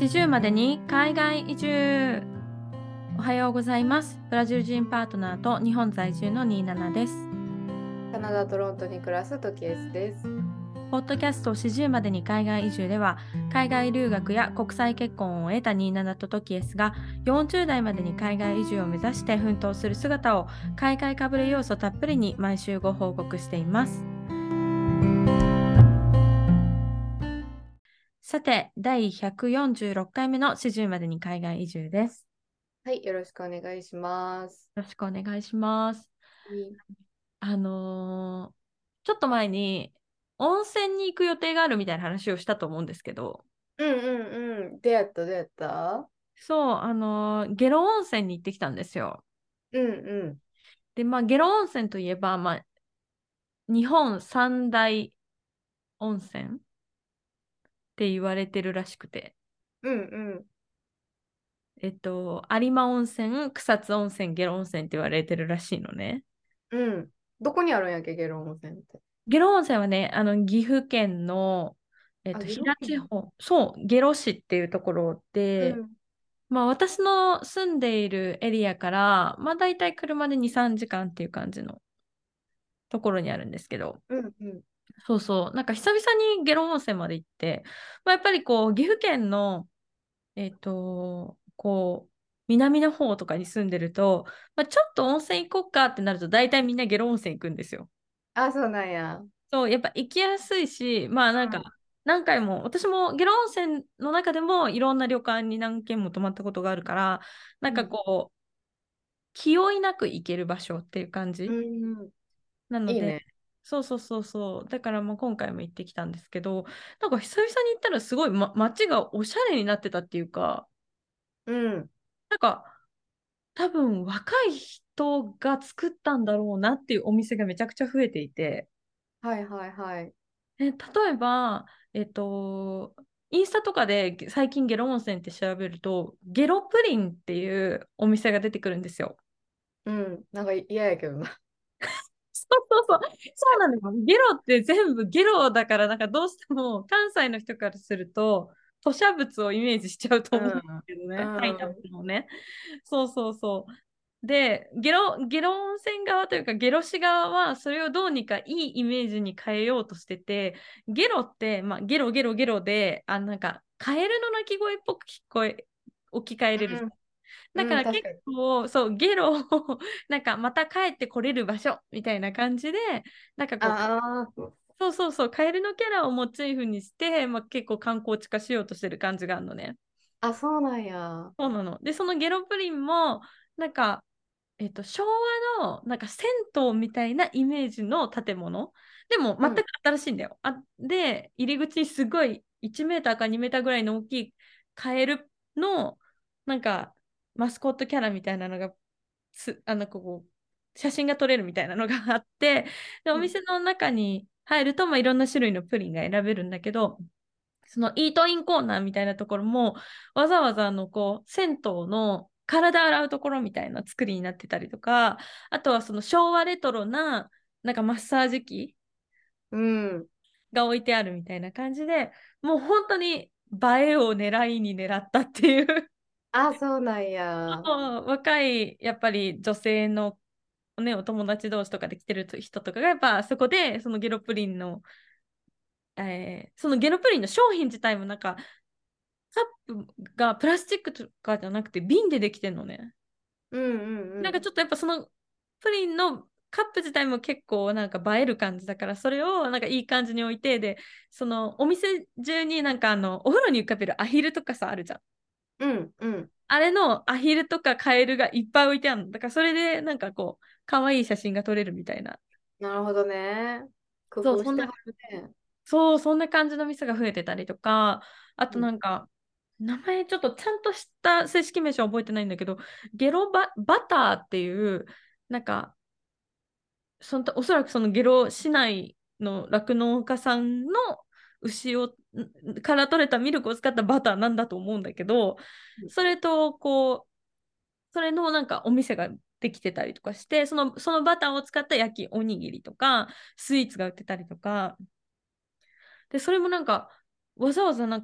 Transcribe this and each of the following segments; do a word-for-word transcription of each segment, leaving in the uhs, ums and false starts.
四十までに海外移住。おはようございます。ブラジル人パートナーと日本在住のニーナナです。 カナダ・トロントに暮らすトキエスです。 ポッドキャスト四十までに海外移住では、海外留学や国際結婚を得たニーナナとトキエスがよんじゅう代までに海外移住を目指して奮闘する姿を海外かぶれ要素たっぷりに毎週ご報告しています。さて、だいひゃくよんじゅうろっかいめの四十までに海外移住です。 はい、よろしくお願いします。 よろしくお願いします。 うん、 あのーちょっと前に温泉に行く予定があるみたいな話をしたと思うんですけど、 うんうんうん。出会った出会ったそう、あのーゲロ温泉に行ってきたんですよ。 うんうん。 で、まあ、ゲロ温泉といえば、まあ、日本三大温泉って言われてるらしくて、 うんうん。 えっと、有馬温泉、草津温泉、ゲロ温泉って言われてるらしいのね。 うん。どこにあるんやっけ、ゲロ温泉って。 ゲロ温泉はね、あの岐阜県の、えっあ、 と、 ゲ飛ロ県。 騨地方、そう、下呂市っていうところで、 うん。 まあ私の住んでいるエリアから、まあ大体車でに、さんじかんっていう感じのところにあるんですけど、 うんうん。 そうそう、なんか久々に下呂温泉まで行って、まあ、やっぱりこう岐阜県の、えっと、こう、南の方とかに住んでると、まあ、ちょっと温泉行こうかってなると、大体みんな下呂温泉行くんですよ。 あ、そうなんや。 そう、やっぱ行きやすいし、まあなんか、何回も、私も下呂温泉の中でもいろんな旅館に何軒も泊まったことがあるから、なんかうん。 こう、気負いなく行ける場所っていう感うじんうん。 なので、 いいね。 そうそうそうそう。だからまあ今回も行ってきたんですけど、なんか久々に行ったらすごい、ま、街がおしゃれになってたっていうか、 うん。 なんか多分若い人が作ったんだろうなっていうお店がめちゃくちゃ増えていて、 はいはいはい。 え、例えば、えっと、インスタとかで最近ゲロ温泉って調べると、ゲロプリンっていうお店が出てくるんですよ。 うん。なんか嫌やけどな。 そうそうそう。そうなのよ。ゲロって全部ゲロだから、なんかどうしても関西の人からすると、吐砂物をイメージしちゃうと思うんですうん。 けどね。パイナッうん。 プルのね。そうそうそう。で、ゲロ、ゲロ温泉側というか、ゲロ市側はそれをどうにかいいイメージに変えようとしてて、ゲロって、まあ、ゲロゲロゲロで、あ、なんか、カエルの鳴き声っぽく聞こえ、置き換えれる。 うん。うん。 だから結確かに。 構、そう、ゲロをなんかまた帰ってこれる場所みたいな感じで、なんかこう、 ああ。 そうそうそう、カエルのキャラをモチーフにして、まあ、結構観光地化しようとしてる感じがあるのね。 あ、そうなんや。 そうなの。で、そのゲロプリンも、なんか、えっと、昭和のなんか銭湯みたいなイメージの建物。でも全くうん。 新しいんだよ。あ、で、入り口にすごいいちメーターかにメーターぐらいの大きいカエルのなんかマスコットキャラみたいなのがつあのこう写真が撮れるみたいなのがあって、で、おうん。 店の中に入ると、まあ、いろんな種類のプリンが選べるんだけど、そのイートインコーナーみたいなところもわざわざあのこう銭湯の体洗うところみたいな作りになってたりとか、あとはその昭和レトロななんかマッサージ機うん。 が置いてあるみたいな感じで、もう本当に映えを狙いに狙ったっていうあ、そうなんや。 若いやっぱり女性の、ね、お友達同士とかで来てる人とかがやっぱそこでそのゲロプリンの、えーそのゲロプリンの商品自体もなんかカップがプラスチックとかじゃなくて瓶でできてんのね。 うんうんうん。 なんかちょっとやっぱそのプリンのカップ自体も結構なんか映える感じだから、それをなんかいい感じに置いて、で、そのお店中になんかあのお風呂に浮かべるアヒルとかさあるじゃん。 うんうん。 あれのアヒルとかカエルがいっぱい置いてあるの。だからそれでなんかこう、可愛い写真が撮れるみたいな。 なるほどね。工そう、そんな、 夫してはるね。 そう、そんな感じの店が増えてたりとか、あとうん。 なんか、名前ちょっとちゃんとした正式名称は覚えてないんだけど、ゲロバ、バターっていう、なんか、そのおそらくそのゲロ市内の酪農家さんの牛をから取れたミルクを使ったバターなんだと思うんだけど、それとこう、それのなんかお店ができてたりとかして、その、そのバターを使った焼きおにぎりとか、スイーツが売ってたりとか、で、それもなんか、わざわざなんかは、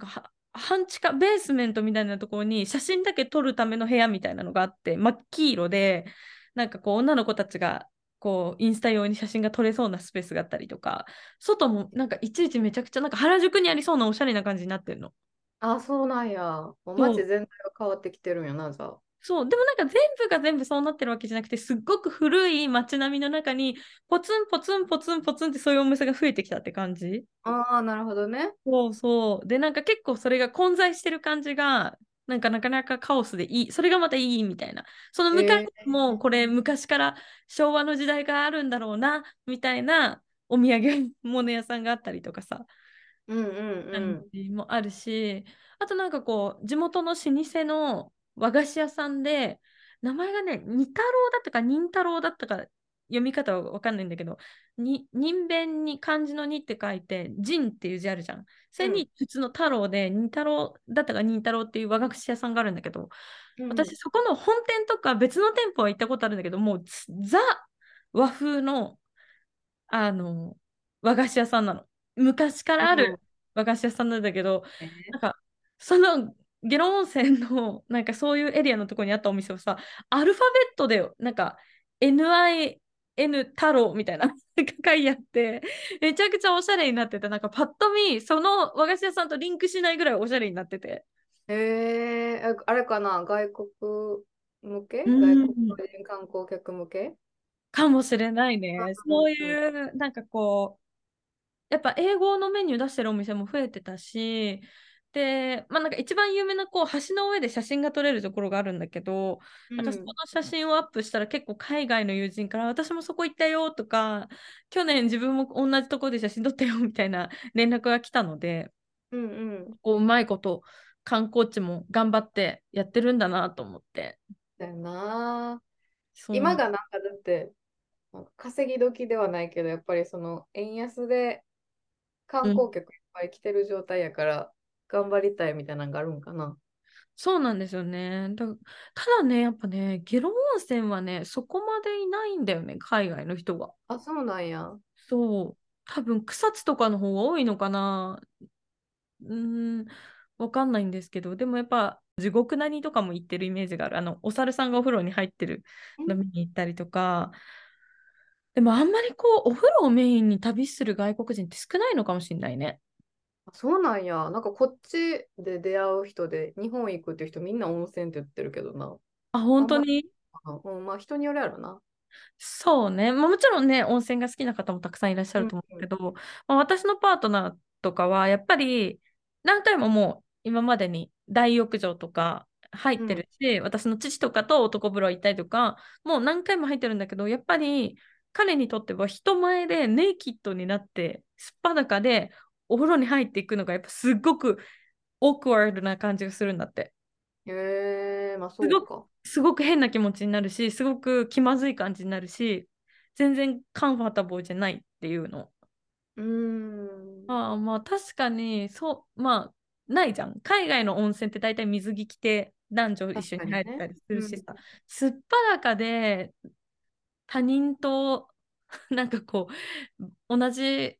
半地下、ベースメントみたいなところに写真だけ撮るための部屋みたいなのがあって、真っ黄色で、なんかこう女の子たちがこうインスタ用に写真が撮れそうなスペースがあったりとか、外もなんかいちいちめちゃくちゃなんか原宿にありそうなおしゃれな感じになってるの。 あ、そうなんや。もうそう。 街全体が変わってきてるんやな、じゃあ。 そう。でもなんか全部が全部そうなってるわけじゃなくて、すっごく古い街並みの中にポツンポツンポツンポツンってそういうお店が増えてきたって感じ。 ああ、なるほどね。 そうそう。で、なんか結構それが混在してる感じが、なんかなかなかカオスでいい。それがまたいいみたいな。その向かいえー、 にも、これ昔から昭和の時代があるんだろうな、みたいなお土産物屋さんがあったりとかさ、 うんうん感うん。 じもあるし、あとなんかこう、地元の老舗の和菓子屋さんで、名前がね、仁太郎だったか忍太郎だったか、読み方はわかんないんだけど、に人弁に漢字のにって書いて、仁っていう字あるじゃん。それうんに普通の太郎で、忍太郎だったか忍太郎っていう和菓子屋さんがあるんだけど、 うん私そこの本店とか別の店舗は行ったことあるんだけど、もうザ和風のあの、和菓子屋さんなの。昔かうらあるん。 和菓子屋さんなんだけど、 えーなんか、その下呂温泉の、なんかそういうエリアのところにあったお店をさ、アルファベットで、なんか、エヌアイエヌ 太郎みたいな書いてあって、めちゃくちゃおしゃれになってて、なんかパッと見、その和菓子屋さんとリンクしないぐらいおしゃれになってて。 えー、ああれかな、外国向けう外国ん。 人観光客向け。 かもしれないうね。そうんうんいう、なんかこう、やっぱ英語のメニュー出してるお店も増えてたし、で、まあなんか一番有名なこう橋の上で写真が撮れるところがあるんだけど、なんかそこうんの写真をアップしたら結構海外の友人から私もそこ行ったよとか、去年自分も同じところで写真撮ったよみたいな連絡が来たので、 うんうんこううまいこと観光地も頑張ってやってるんだなと思って。 だよな。 そうな、 今がなんかだってなんか稼ぎ時ではないけど、やっぱりその円安で観うん、 光客いっぱい来てる状態やから頑張りたいみたいなのがあるんかな。 そうなんですよね。だ、ただね、やっぱね、下呂温泉はね、そこまでいないんだよね、海外の人が。 あ、そうなんや。 そう。多分草津とかの方が多いのかな。うーん、わかんないんですけど、でもやっぱ地獄谷とかも行ってるイメージがある。あの、お猿さんがお風呂に入ってるの見に行ったりとか、でもあんまりこう、お風呂をメインに旅する外国人って少ないのかもしれないね。 あ、そうなんや。なんかこっちで出会う人で日本行くっていう人みんな温泉って言ってるけどな。 あ、 あんまり、 本当に。 あうん、まあ人によるやろな。 そうね。まあ、もちろんね、温泉が好きな方もたくさんいらっしゃうんると思ううんけど、まあ、私のパートナーとかは、やっぱり何回ももう今までに大浴場とか入ってうんるし、私の父とかと男風呂行ったりとか、もう何回も入ってるんだけど、やっぱり彼にとっては人前でネイキッドになって、すっぱだかでお風呂に入っていくのが、やっぱすっごくオークワードな感じがするんだって。 へえ、まあすごく、 そうか。 すごく変な気持ちになるし、すごく気まずい感じになるし、全然カンファタブルじゃないっていうの。 うーん。 ああ、まあ確かに、そう、まあ、ないじゃん。海外の温泉って大体水着着て男女一確緒にかにね。 入ったりするうん。 しさ、すっぱだかで他人となんかこう、同じ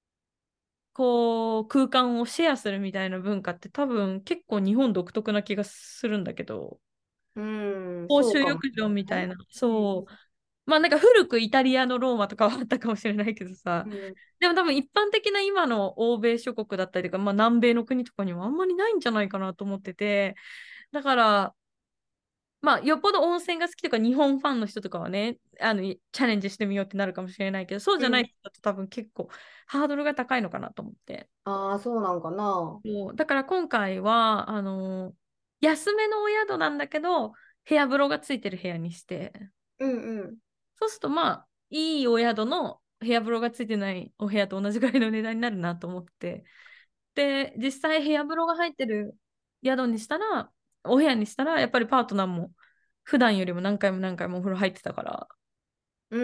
こう空間をシェアするみたいな文化って多分結構日本独特な気がするんだけど、 うーん、 公そうかもし衆浴場みれないね。 たいな。そう。まあなんか古くイタリアのローマとかはあったかもしれないけどさ、 うん。うん。 でも多分一般的な今の欧米諸国だったりとか、まあ南米の国とかにはあんまりないんじゃないかなと思ってて、だから、まあよっぽど温泉が好きとか日本ファンの人とかはね、あの、チャレンジしてみようってなるかもしれないけど、そうじゃないうん。 人だと多分結構ハードルが高いのかなと思って。 ああ、そうなんかな。 そうだから今回は、あの安めのお宿なんだけど、部屋風呂がついてる部屋にして、 うんうん。 そうするとまあ、いいお宿の部屋風呂がついてないお部屋と同じぐらいの値段になるなと思って。で、実際部屋風呂が入ってる宿にしたら、お部屋にしたら、やっぱりパートナーも普段よりも何回も何回もお風呂入ってたから、 うん。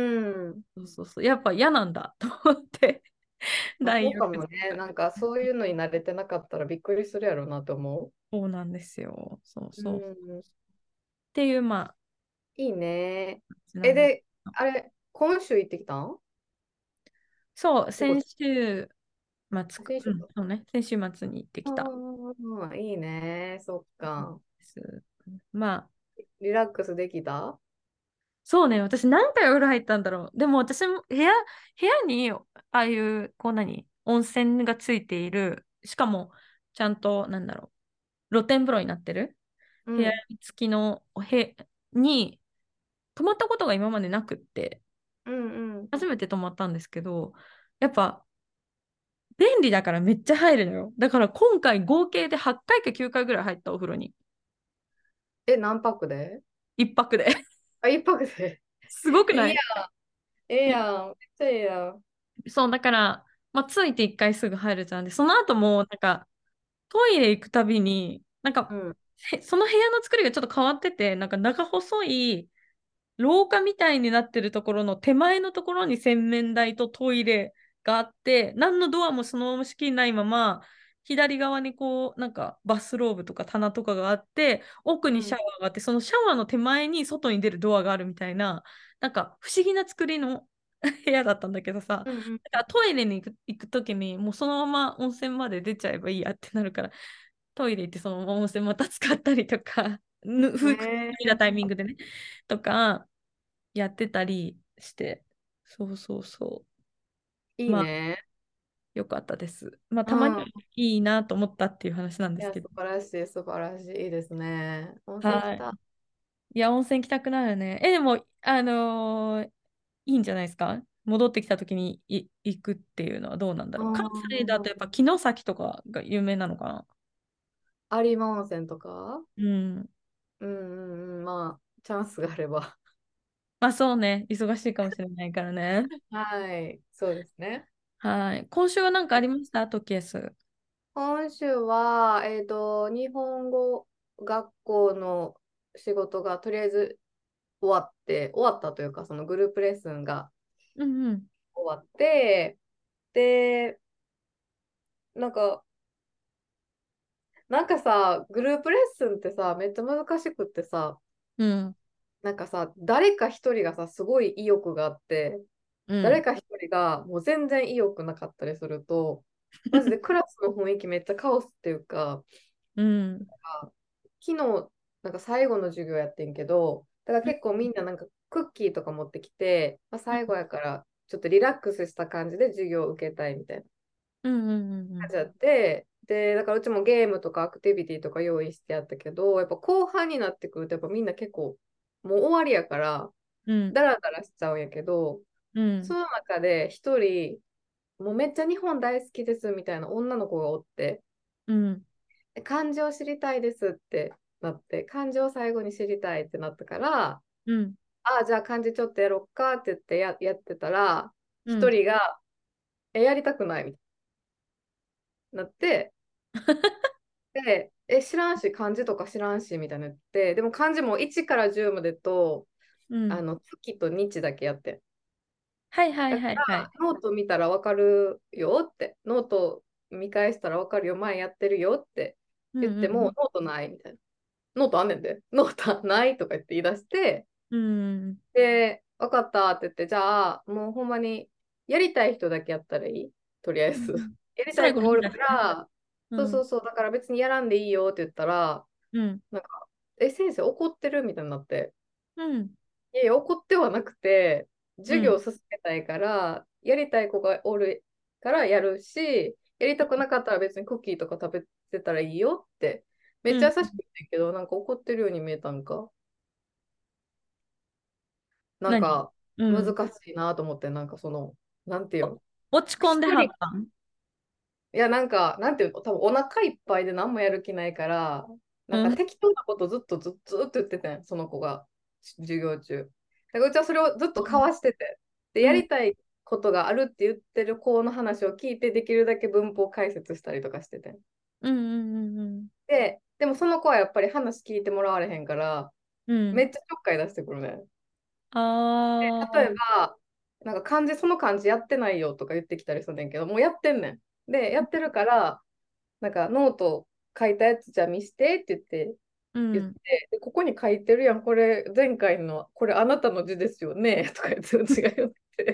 そうそうそう、やっぱ嫌なんだと思って、 まあ、そうか大浴場もね。 が。 なんかそういうのに慣れてなかったらびっくりするやろうなと思そうなんですよ。そうう。 そう。っうん。 ていう、まあ、 いいね。え、 感じなんです。 で、あれ、今週行ってきたん？ そう、先どこ？ 週末か、 先週か。 うん、そうね、先週末に行ってきた。 ああ、いいね。そっか。 ですまあ、 リラックスできた？ そうね、私何回お風呂入ったんだろう。でも私も部屋、部屋に、ああいう、こう何、温泉がついている、しかも、ちゃんと、なんだろう、露天風呂になってる部屋うん。 付きのお部に泊まったことが今までなくって、 うんうん。 初めて泊まったんですけど、やっぱ、便利だからめっちゃ入るのよ。だから今回合計ではっかいかきゅうかいぐらい入ったお風呂に。 え、何泊で？ 一泊で。 あ、一泊で。 すごくいいや、 ない？ ええやん。めっちゃええやん。 そう、だから、まあ、ついて一回すぐ入るじゃんで、その後も、なんか、トイレ行くたびに、なんか、 うん。 へその部屋の作りがちょっと変わってて、なんか長細い廊下みたいになってるところの手前のところに洗面台とトイレがあって、何のドアもそのまま仕切んないまま、左側にこう、なんかバスローブとか棚とかがあって、奥にシャうん。 ワーがあって、そのシャワーの手前に外に出るドアがあるみたいな、なんか不思議な作りの部屋だったんだけどさ、だうんうん。 からトイレに行く、行くときに、もうそのまま温泉まで出ちゃえばいいやってなるから、トイレ行ってそのまま温泉また使ったりとか、ぬふ脱いだえタイミングでね、とか、やってたりして、そうそうそう。 ー、いいまあ、 ね。 よかったです。まあ、 うたまにん。 いいなと思ったっていう話なんでいや、 すけど。 素晴らしい、素晴らしい。いいですね。温泉来はい。 た。 いや、温泉行きたくなるね。え、でも、あのーいいんじゃないですか？戻ってきた時にい行くっていうのはどうなんだろう。関西だとやっぱ城崎とかが有名なのかな。 有馬温泉とか。 うん。 うんうんうん。まあ、チャンスがあれば。 まあそうね、忙しいかもしれないからね。 はい、そうですね。 はい。今週は何かありましたトキエス？ 今週は、えっと、日本語学校の仕事がとりあえず終わって、終わったというか、そのグループレッスンがうんうん。 終わって、で、なんか、なんかさ、グループレッスンってさ、めっちゃ難しくってさ、 うん。 なんかさ、誰か一人がさ、すごい意欲があって、 うん。 誰か一人がもう全然意欲なかったりすると、マジでクラスの雰囲気めっちゃカオスっていうか、 うん。 あ昨日、なんか最後の授業やってんけど、だから結構みんななんかクッキーとか持ってきて、まあ、最後やからちょっとリラックスした感じで授業を受けたいみたいなうんうんうん感じやって、で、だからうちもゲームとかアクティビティとか用意してやったけど、やっぱ後半になってくるとやっぱみんな結構もう終わりやからうん。 ダラダラしちゃうんやけど、 うん。 その中で一人もうめっちゃ日本大好きですみたいな女の子がおって、 うん。 で漢字を知りたいですってなって、漢字を最後に知りたいってなったから、 うん。 ああ、じゃあ漢字ちょっとやろっかって言ってや、やってたら、一うん。 人が、え、やりたくないみたいになって、で、え、知らんし、漢字とか知らんし、みたいな言って、でも漢字もいちからじゅうまでと、 うん。 あの、月と日だけやって。 はいはいだかはいはい。 ら、ノート見たらわかるよって、ノート見返したらわかるよ、前やってるよってうんう言っても、 んノートないみたいな。ノートあんねんで。ノートないとか言って言い出して、 うん。 で、わかったって言って、じゃあ、もうほんまに、やりたい人だけやったらいいとりあえず。 うん。 やりたい最後の子おるか日だしね。 ら、 うん。 そうそうそう、だから別にやらんでいいよって言ったら、 うん。 なんか、え、先生怒ってるみたいになって、 うん。 いやいや、怒ってはなくて、授業をうん。 進めたいから、やりたい子がおるからやるし、やりたくなかったら別にクッキーとか食べてたらいいよって、めっうん。 ちゃ優しく言ってんけど、なんか怒ってるように見えたんか。なん何？ か難うん。 しいなと思って、なんかその、なんていうの、 落ち込んで一人、 はったん？ いやなんか、なんていうの、多分お腹いっぱいで何もやる気ないから、なんかうん。 適当なことずっとず、ずっと言っててん、その子が、授業中。だからうちはそれをずっと交わしてて、で、 うん。 やりたいことがあるって言ってる子の話を聞いて、できるだけ文法解説したりとかしててん。 うん。うんうん。 で、でもその子はやっぱり話聞いてもらわれへんから、 うん。 めっちゃちょっかい出してくるね。例えああ。 ば、なんか漢字、その漢字やってないよとか言ってきたりするねんけど、もうやってんねん。で、やってるから、なんかノート書いたやつじゃあ見してって言って、言っうん。 て、で、ここに書いてるやん、これ前回の、これあなたの字ですよねとか言って、うちが言って。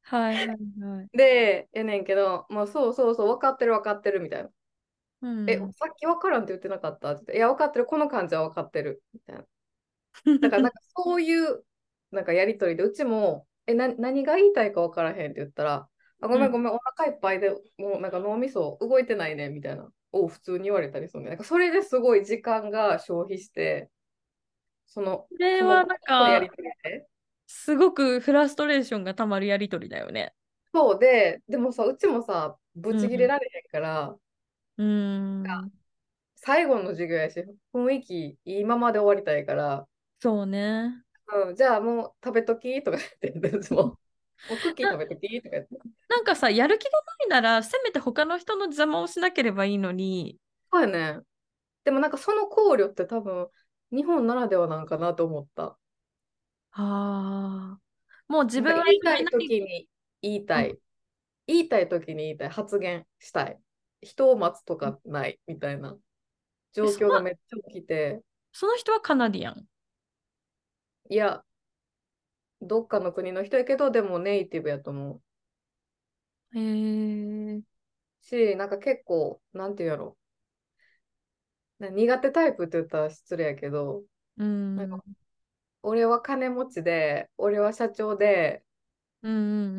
はいはいはい。 で、やねんけど、もうそうそうそう、分かってる分かってるみたいな。え、 うん。 さっき分からんって言ってなかったって言って、いや、分かってる、この感じは分かってるみたいな。だからなんかそういうなんかやりとりで、うちも、え、な、何が言いたいか分からへんって言ったら、あ、ごうん。 めんごめん、お腹いっぱいでもうなんか脳みそ動いてないねみたいな、を普通に言われたりするね。なんかそれですごい時間が消費して、その、 これそのはなんか、 のやりとりで。 すごくフラストレーションがたまるやりとりだよね。 そうで、でもさ、うちもさ、ぶち切れうん。 られへんから、 うーん。 最後の授業やし、雰囲気いいままで終わりたいから、 そうね。 うん、じゃあもう食べときとか言って、うちも、もうクッキーな、 食べときとか言って。 なんかさ、やる気がないなら、せめて他の人の邪魔をしなければいいのに、 そうやね。でもなんかその考慮って多分、日本ならではなんかなと思った。 ああ、もう自なんか分はや言いたいる気ない。 時に言いうん。 たい。言いたい時に言いたい。発言したい。人を待つとかないみたいなえ、 状その、 況がめっちゃ起きて、 その人はカナディアン。 いや、どっかの国の人やけど、でもネイティブやと思うへえ、 し、なんか結構、なんていうやろ。な苦手タイプって言ったら失礼やけど、 うん、うん、 なんか俺は金持ちで、俺は社長で、 うん、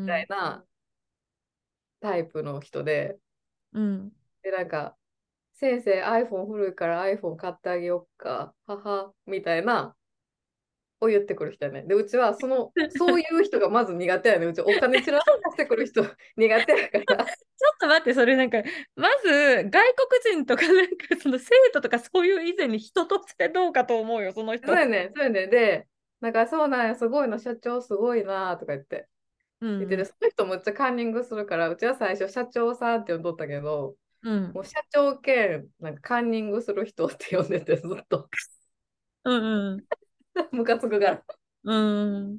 みうん、 たいなタイプの人で、 うん。 で、なんか、先生 iPhone 古いから iPhone 買ってあげよっか、はは、みたいな、を言ってくる人やね。で、うちはその、そういう人がまず苦手やね。うちお金ちらつかしてくる人苦手やから。 ちょっと待って、それなんか、まず外国人とか、なんかその生徒とかそういう以前に人としてどうかと思うよ、その人。 そうやねん、そうやねん。で、なんかそうなんや、すごいの、社長すごいなとか言って。言ってて、 うん、 その人むっちゃカンニングするから、うちは最初社長さんって呼んどったけど、 うん、 もう社長兼、なんかカンニングする人って呼んでて、ずっと。 うん、うん、 ムカつくから。 うん。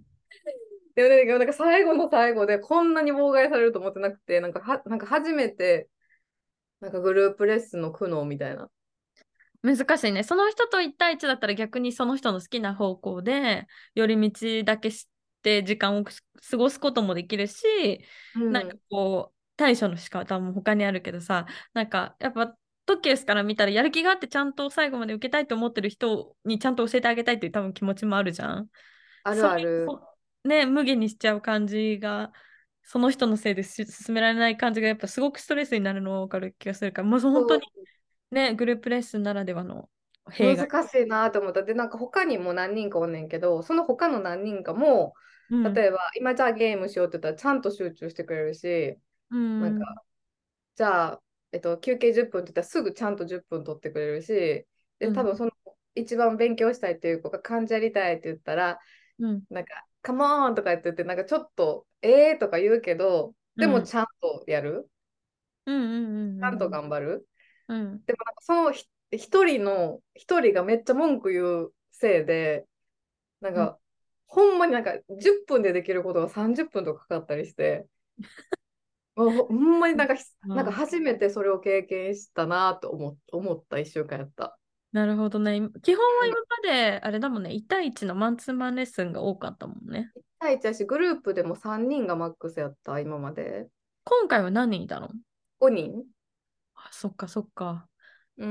でもね、なんか最後の最後でこんなに妨害されると思ってなくて、なんかは、なんか初めて、なんかグループレッスンの苦悩みたいな。 難しいね。その人と一対一だったら逆にその人の好きな方向で寄り道だけして時間を過ごすこともできるし、 うなんかん。 こう対処の仕方も他にあるけどさ、なんかやっぱトッケースから見たらやる気があってちゃんと最後まで受けたいと思ってる人にちゃんと教えてあげたいっていう多分気持ちもあるじゃん。 あそれるある。 をね、無限にしちゃう感じが、その人のせいでし進められない感じがやっぱすごくストレスになるのが分かる気がするから、もう本当にそね、グループレッスンならではのう、 弊害。 難しいなと思った。で、なんか他にも何人かおんねんけど、その他の何人かも、 うん。 例えば今じゃあゲームしようって言ったらちゃんと集中してくれるし、 うん。 なんか、じゃあ、えっと、休憩じゅっぷんって言ったらすぐちゃんとじゅっぷん取ってくれるし、で、多うん。 分その一番勉強したいっていう子が漢字やりたいって言ったら、 うん。 なんか、カモーンとか言ってて、なんかちょっと、えーとか言うけど、 うん。 でもちゃんとやる。 うん。うん。 ちゃんとうん。 頑張る。 うん。 でもなんかそのひ一人の、一人がめっちゃ文句言うせいで、なんうん。 か、ほんまになんかじゅっぷんでできることがさんじゅっぷんとかかかったりして、もうほほんまになんか、なんかあー、 初めてそれを経験したなと思っ、思った一週間やった。 なるほどね。基本はうん。 今まで、あれだもんね、いち対いちのマンツーマンレッスンが多かったもんね。 対一やし、グループでもさんにんがマックスやった、今まで。 今回は何人いたの？ ごにん。 あ、そっかそっか。 うん。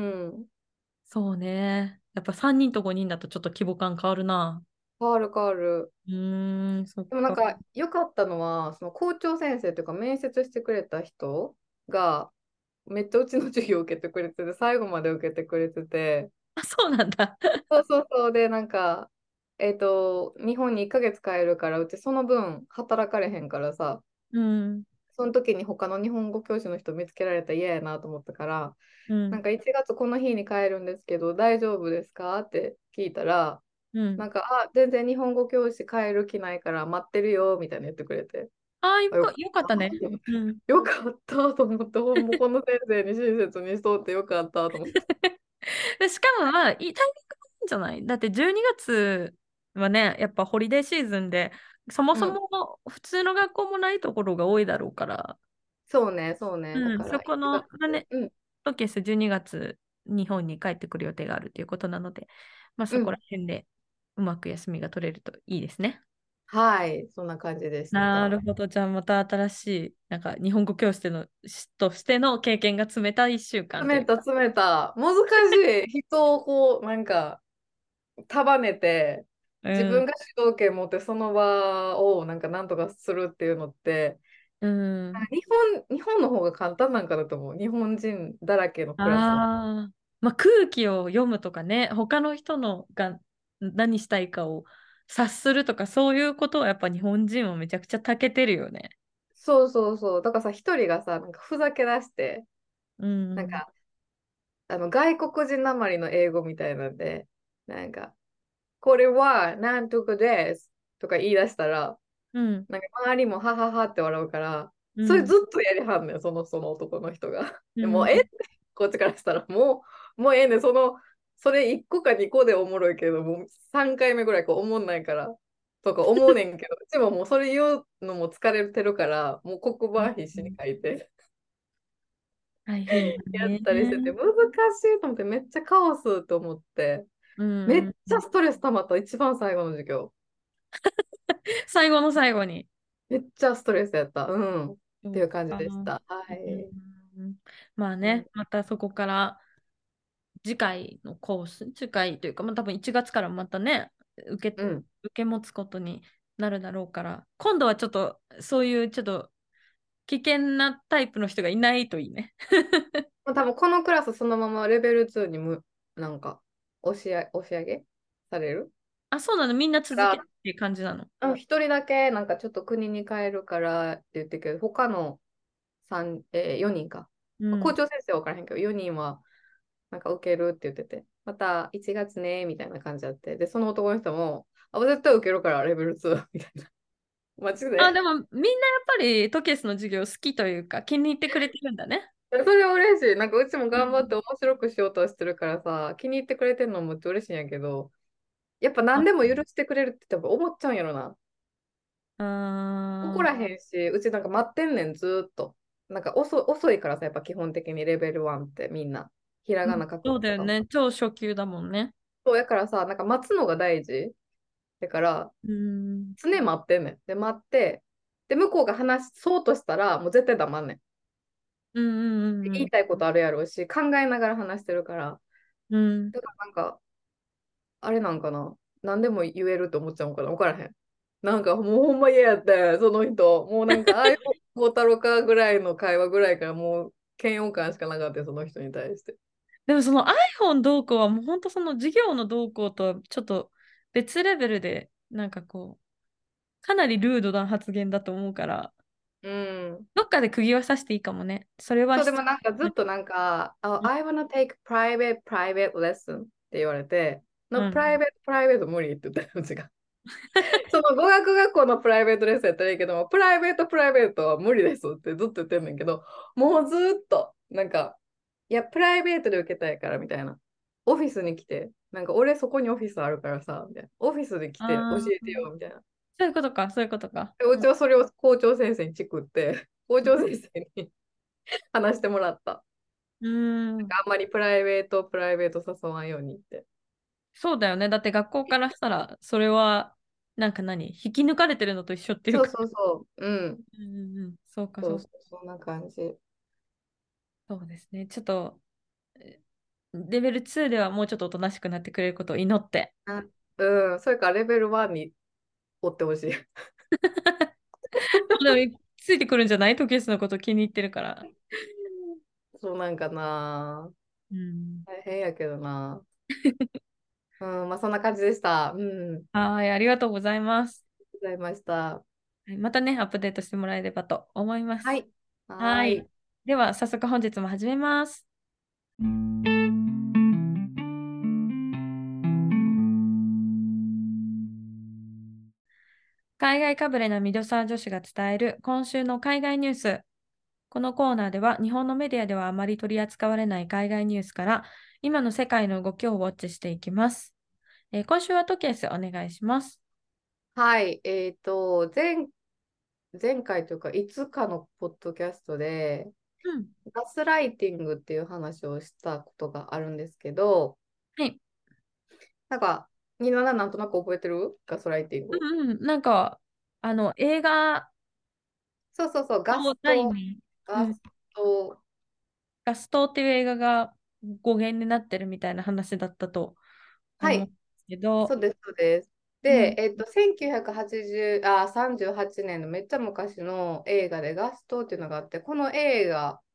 そうね。やっぱさんにんとごにんだとちょっと規模感変わるな。 変わる変わる。 うーん、そっか。 でもなんか良かったのは、その校長先生というか面接してくれた人がめっちゃうちの授業を受けてくれてて、最後まで受けてくれてて、 あ、そうなんだ。 そうそうそう、で、なんか、えっと、日本にいっかげつ帰るから、うちその分働かれへんからさ、 うん。 その時に他の日本語教師の人見つけられたら嫌やなと思ったから、 うん。 なんかいちがつこの日に帰るんですけど、大丈夫ですかって聞いたら、 うん。 なんか、あ、全然日本語教師帰る気ないから待ってるよ、みたいな言ってくれて。 ああ、よあ、よか、 かっよかったね。 たと思って。 うん。 よかったと思って、ほんまこの先生に親切にしとってよかったと思って。 で、しかもまあ、いいタイミングなんじゃない？だってじゅうにがつはね、やっぱホリデーシーズンで、そもそうん。 も普通の学校もないところが多いだろうから、 そうね、そうね。だうん、 からそこ 1 の、まあ月、 ね、 うん、 トケスじゅうにがつ日本に帰ってくる予定があるということなので、まあそこらうん。 辺でうまく休みが取れるといいですね。 はい、そんな感じでした。 なるほど。じゃあまた新しい、なんか日本語教師のしとしての経験が積めたいっしゅうかんという。 詰めた、詰めた。難しい。人をこう、なんか、束ねて、 うん。 自分が主導権持ってその場をなんかなんとかするっていうのって、 うん。 日本、日本の方が簡単なんかだと思う。日本人だらけのクラスの。 ああ。まあ空気を読むとかね、他の人のが何したいかを察するとか、そういうことはやっぱ日本人はめちゃくちゃ長けてるよね。 そうそうそう。だからさ、一人がさ、なんかふざけ出して、 うん。 なんか、あの、外国人なまりの英語みたいなんで、なんか、これはなんとかですとか言い出したら、 うん。 なんか周りもはははって笑うから、それうん。 ずっとやりはんねん、その、その男の人が。でもう、えっうん。 て、こっちからしたら、もう、もうええねん、その、それいっこかにこでおもろいけど、もうさんかいめぐらいこう思んないから、とか思うねんけど、うちももうそれ言うのも疲れてるから、もう黒板必死に書いて大変だやっね。 たりしてて、難しいと思って、めっちゃカオスと思って、 うめっん。 ちゃストレス溜まった、一番最後の授業。 最後の最後に。 めっちゃストレスやった。うん。っていう感じそうか。 でした。はうい。 ん。まあうん。 ね、またそこから次回のコース、次回というか、まあ、多分いちがつからまたね、受け、 うん。 受け持つことになるだろうから、今度はちょっとそういうちょっと危険なタイプの人がいないといいね。 多分このクラスそのままレベルツーにむ、なんか、押しあ、押し上げされるあ、そうなの、みんなから、 続けっていう感じなの。 あの一人だけなんかちょっと国に帰るからって言ってるけど、他の三えー、よにんか。まあ校うん。 長先生は分からへんけど、よにんはなんか受けるって言ってて、またいちがつね、みたいな感じあって、で、その男の人も、あ、絶対受けるからレベルツーみたいな。マジあ、でで。 もみんなやっぱりトケスの授業好きというか気に入ってくれてるんだね。 それは嬉しい。なんかうちも頑張ってうん。 面白くしようとはしてるからさ、気に入ってくれてるのもめっちゃ嬉しいんやけど、やっぱ何でも許してくれるって多分思っちゃうんやろな。怒あー、 らへんし、うちなんか待ってんねん、ずーっと。なんか遅遅いからさ、やっぱ基本的にレベルワンってみんな。ひらうん、 がな書くのとかも。 そうだよね。超初級だもんね。 そうやからさ、なんか待つのが大事。だから、 うん。 常待ってんねん。で、待って、で、向こうが話そうとしたら、もう絶対黙んねん。 うんうんうん言いたいことあるやろうし、考えながら話してるから。 うん。うん。 だからなんか、あれなんかな。何でも言えると思っちゃうんかな。分からへん。なんかもうほんま嫌やって、その人。もうなんか、ああいう孝太郎かぐらいの会話ぐらいからもう嫌悪感しかなかったよ、その人に対して。 でもその iPhone どうこうはもう本当その授業のどうこうとはちょっと別レベルでなんかこうかなりルードな発言だと思うからうん。 どっかで釘は刺していいかもね。それはそう、で必もなんかずっとなんか、あ要。 I wanna take private, private lesson って言われて、の、 うん。 プライベート、プライベート無理って言ったよ、うちが。その語学学校のプライベートレッスンやったらいいけども、プライベート、プライベートは無理ですってずっと言ってんねんけど、もうずっと、なんか、いや、プライベートで受けたいからみたいな。オフィスに来て、なんか俺そこにオフィスあるからさ、みたいな。オフィスで来て教ああ、 えてよ、みたいな。 そういうことか、そういうことか。 でうちはそれを校長先生にチクって、校長先生に話してもらった。 うん。うん。 なんかあんまりプライベート、プライベート誘わんようにって。 そうだよね。だって学校からしたらそれはなんか何引き抜かれてるのと一緒っていうか。 そうそうそう。うん。 うんうんうん。そうか、そうか。 そうそう、そんな感じ。 そうですね。ちょっとえレベルツーではもうちょっとおとなしくなってくれることを祈って。 あ、うん。それからレベルワンに追ってほしい。 でもついてくるんじゃないトケスのこと気に入ってるから。 そうなんかな。 うん。 大変やけどな。うん、まあそんな感じでした。うん。ありがとはい、ありがとうございます。 うございました。 はい、またね、アップデートしてもらえればと思います。 はい。ははい。 ーい。 では、早速本日も始めます。海外かぶれなミドサー女子が伝える今週の海外ニュース。このコーナーでは日本のメディアではあまり取り扱われない海外ニュースから今の世界の動きをウォッチしていきます。えー今週はトケースお願いします。 はい。えっと、前、前回というか、いつかのポッドキャストで、 うん。 ガスライティングっていう話をしたことがあるんですけど、 はい。 なんか、みんななんとなく覚えてるガスライティング。 うんうん。なんか、 あの、映画そうそうそう、ガのスト、 題名、うん、 ガスト、 ガストっていう映画が語源になってるみたいな話だったと思うんではい、 すけど、 そうです、そうです。で、 うん、 えっと、せんきゅうひゃくはちじゅう、あ、さんじゅうはちねんのめっちゃ昔の映画でガストっていうのがあって、この映画って、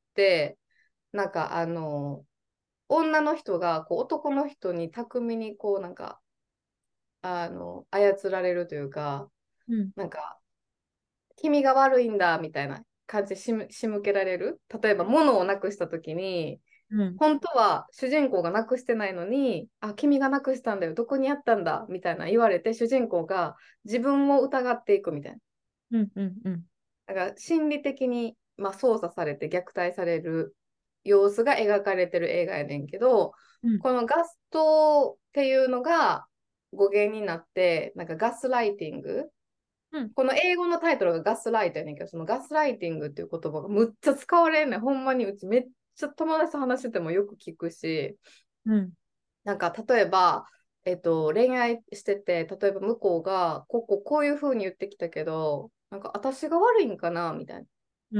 なんかあの、女の人がこう男の人に巧みにこうなんか、あの、操られるというか、 うん、 なんか、君が悪いんだみたいな感じで仕向仕向けられる。例えば、物をなくしたときに、 うん、 本当は主人公がなくしてないのに、あ、君がなくしたんだよ、どこにあったんだみたいな言われて、主人公が自分を疑っていくみたいな。 うん、うん、うん、 だから心理的に、まあ、操作されて虐待される様子が描かれてる映画やねんけど、 うん、 このガストっていうのが語源になって、なんかガスライティング、 うん、 この英語のタイトルがガスライトやねんけど、そのガスライティングっていう言葉がむっちゃ使われんねん。ほんまにうちめっちゃ友達と話しててもよく聞くし、 うん、 なんか例えば、えっと、恋愛してて、例えば向こうが、こここういう風に言ってきたけど、なんか私が悪いんかなみたいな。 うん、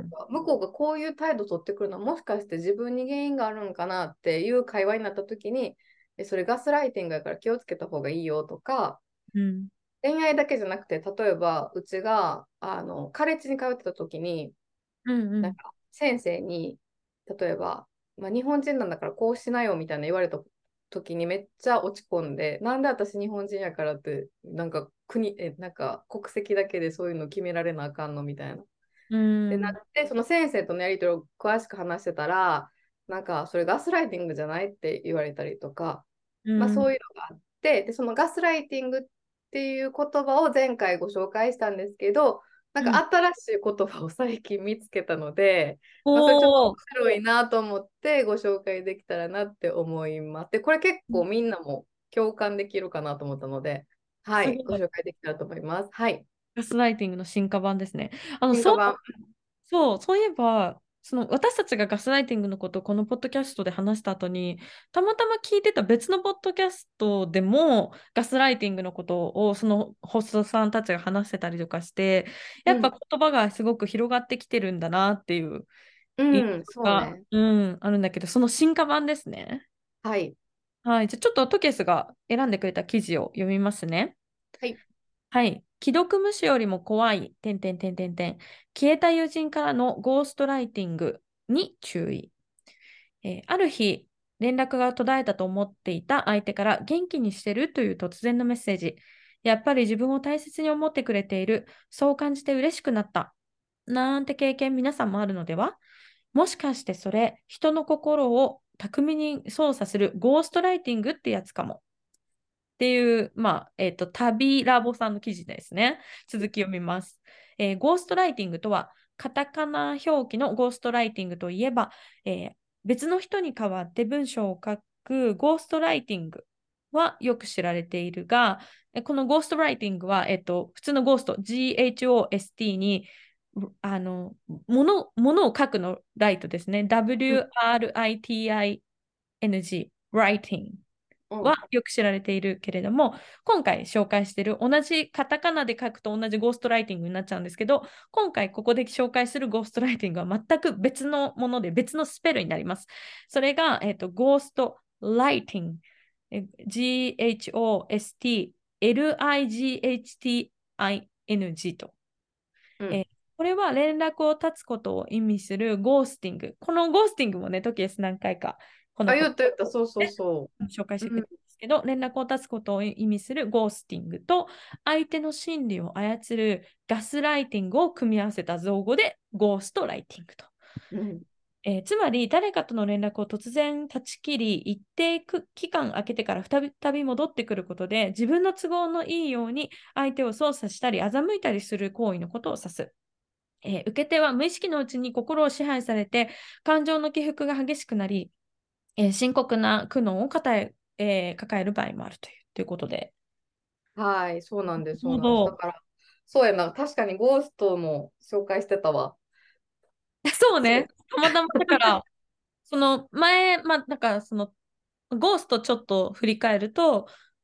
向こうがこういう態度取ってくるのはもしかして自分に原因があるんかなっていう会話になった時に、えそれガスライティングやから気をつけた方がいいよとか、 うん、 恋愛だけじゃなくて、例えばうちがあのカレッジに通ってた時に、 うん、うん、 なんか先生に、例えば、まあ、日本人なんだからこうしなよみたいな言われた時にめっちゃ落ち込んで、なんで私日本人やからって、なんか国、え、なんか国籍だけでそういうの決められなあかんのみたいな。 うで、なん、 って、その先生とのやり取りを詳しく話してたら、なんか、それガスライティングじゃないって言われたりとか、まあそういうのがあって、で、そのガスライティングっていう言葉を前回ご紹介したんですけど、なんかうん。 新しい言葉を最近見つけたので、まあそれちょっとおー、 面白いなと思ってご紹介できたらなって思います。で、これ結構みんなも共感できるかなと思ったので、はい、ごすごい。 紹介できたらと思います。はい。 ガスライティングの進化版ですね。あの、そう、 進化版。 そう、そういえば、その私たちがガスライティングのことをこのポッドキャストで話した後に、たまたま聞いてた別のポッドキャストでもガスライティングのことをそのホストさんたちが話してたりとかして、やっぱうん。 言葉がすごく広がってきてるんだなっていう印うん、 象が、 そうね。 うん、あるんだけど、その進化版ですね。 はい。 はい、じゃあちょっとトケスが選んでくれた記事を読みますね。 はい。 はい。既読無視よりも怖い、点点点点点。消えた友人からのゴーストライティングに注意。えーある日、連絡が途絶えたと思っていた相手から元気にしてるという突然のメッセージ。やっぱり自分を大切に思ってくれている。そう感じて嬉しくなった。なんて経験皆さんもあるのでは。もしかしてそれ、人の心を巧みに操作するゴーストライティングってやつかも。っていう、まあ、えっと、旅ラボさんの記事ですね。続き読みます。えーゴーストライティングとは、カタカナ表記のゴーストライティングといえば、えー別の人に代わって文章を書くゴーストライティングはよく知られているが、えこのゴーストライティングは、えっと、普通のゴースト、ジーエイチオーエスティー に、あの、もの、ものを書くのライトですね。 うん。 ダブリューアールアイティーアイエヌジー、writing。はうん。 よく知られているけれども、今回紹介している同じカタカナで書くと同じゴーストライティングになっちゃうんですけど、今回ここで紹介するゴーストライティングは全く別のもので別のスペルになります。それが、えっと、ゴーストライティング。ジーエイチオーエスティーエルアイジーエイチティーアイエヌジー と。 うん。 えーこれは連絡を絶つことを意味するゴースティング。このゴースティングもね、トキエス何回かこのあ、 ポッド言った言った、そうそうでそ紹介しう。 てくれうん。 るんですけど、連絡を絶つことを意味するゴースティングと、相手の心理を操るガスライティングを組み合わせた造語でゴーストライティングと。 うん。 えーつまり、誰かとの連絡を突然断ち切り、一定期間空けてから再び戻ってくることで、自分の都合のいいように相手を操作したり、欺いたりする行為のことを指す。えー受け手は無意識のうちに心を支配されて、感情の起伏が激しくなり、えー深刻な苦悩を抱ええー抱える場合もあるという、ということで。 はい、そうなんです、 なそうなんです。だるほど。 から、そうやな、確かにゴーストも紹介してたわ。 そうね。 そう。 たまたまだから、その前、まあ、なんかその、ゴーストちょっと振り返ると、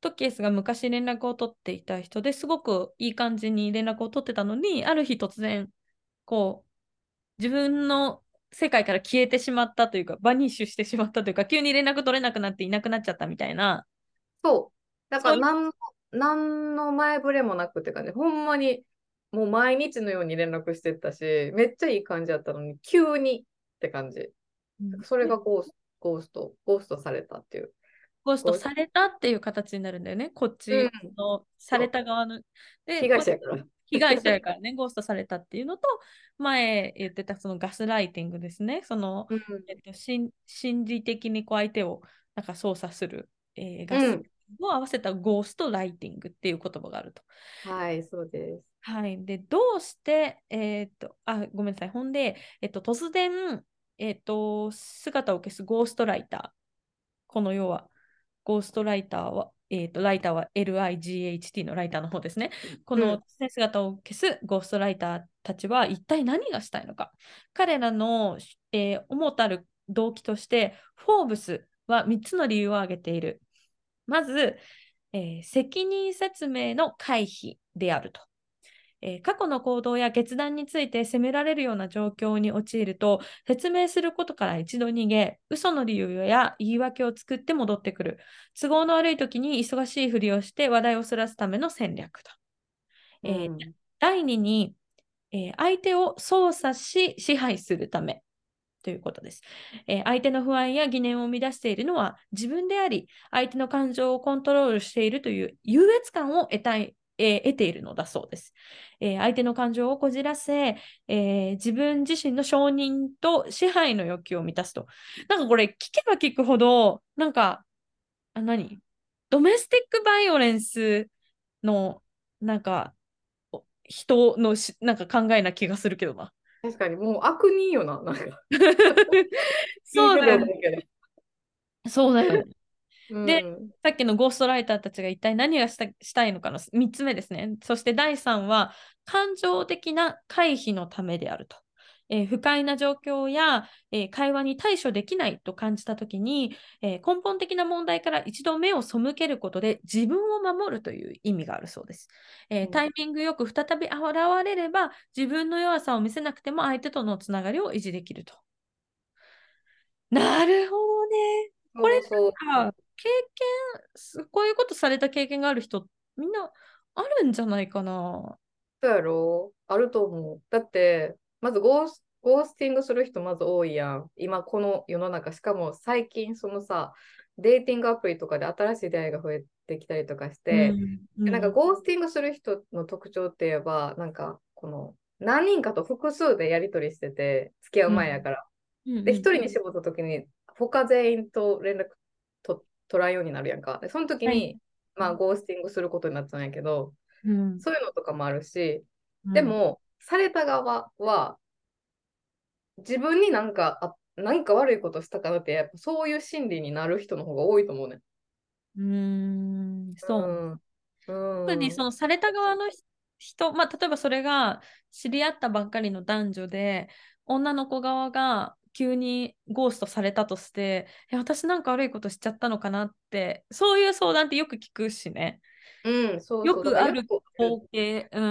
トキエスが昔連絡を取っていた人ですごくいい感じに連絡を取ってたのに、ある日突然、こう、自分の世界から消えてしまったというか、バニッシュしてしまったというか、急に連絡取れなくなっていなくなっちゃったみたいな、 そう。だかそういうら何の、何の前触れもなくって感じ。ほんまに、もう毎日のように連絡してったし、めっちゃいい感じだったのに、急にって感じ。 うんそれがゴースト、ゴースト、ゴーストされたっていう。 ゴーストゴースト、 されたっていう形になるんだよね、こっうん。 ちのされそう。 た側の。で、 被害こ者やから。 被害者やからね、ゴーストされたっていうのと、前言ってたそのガスライティングですね、その、 うん。 えっと、心心理的にこう相手をなんか操作する、えーガスうん。 を合わせたゴーストライティングっていう言葉があると。 はい、そうです。 はい。で、どうして、えーっと、あ、ごめんなさい。ほんで、えっと、突然、えっと、姿を消すゴーストライター。この要は、ゴーストライターは、えっと、ライターは エルアイジーエイチティー のライターの方ですね。この、 うん。 ね、姿を消すゴーストライターたちは一体何がしたいのか。彼らの、えー主たる動機として、フォーブスはみっつの理由を挙げている。まず、えー責任説明の回避であると。えー過去の行動や決断について責められるような状況に陥ると、説明することから一度逃げ、嘘の理由や言い訳を作って戻ってくる。都合の悪い時に忙しいふりをして話題をそらすための戦略だ。えーうん。 第二に、えー相手を操作し支配するため。ということです、えー相手の不安や疑念を生み出しているのは自分であり、相手の感情をコントロールしているという優越感を得たい、えー得ているのだそうです、えー相手の感情をこじらせ、えー自分自身の承認と支配の欲求を満たすと。なんかこれ聞けば聞くほど、なんか、あ、何ドメスティックバイオレンスの、なんか、人のしなんか考えな気がするけどな。 確かに、もう悪人よな、なんか。聞いてそうだよね。 ただけで。 そうだよね。 うで、 ん。 さっきのゴーストライターたちが一体何がした、したいのかのみっつめですね。そしてだいさんは感情的な回避のためであると。えー不快な状況や、えー会話に対処できないと感じたときに、えー根本的な問題から一度目を背けることで自分を守るという意味があるそうです。えータイミングよく再び現れれば自分の弱さを見せなくても相手とのつながりを維持できると。なるほどね。これそうそう。 なんか、経験、こういうことされた経験がある人、みんなあるんじゃないかな。 そうやろあると思う。だって、まずゴース、ゴースティングする人まず多いやん。今この世の中、しかも最近そのさ、デーティングアプリとかで新しい出会いが増えてきたりとかして、 うん、うでなんかん、 ゴースティングする人の特徴って言えば、なんかこの何人かと複数でやり取りしてて、付き合ううん、 前やから。 うん、 で、 うん。 一人に絞った時に、他全員と連絡と取らんようになるやんか。で、その時はい。 に、まあ、ゴースティングすることになったんやけど、 うん、 そういうのとかもあるし、 うん、 でも、された側は、自分になんか、あ、なんか悪いことしたかなって、やっぱそういう心理になる人の方が多いと思うね。 うーん、そう。 うん。 特にうん。 そのされた側の人、まあ、例えばそれが知り合ったばっかりの男女で、女の子側が急にゴーストされたとして、え、私なんか悪いことしちゃったのかなって、そういう相談ってよく聞くしね。 うん、そうよそう。だからよくくあるある。 光景。うん。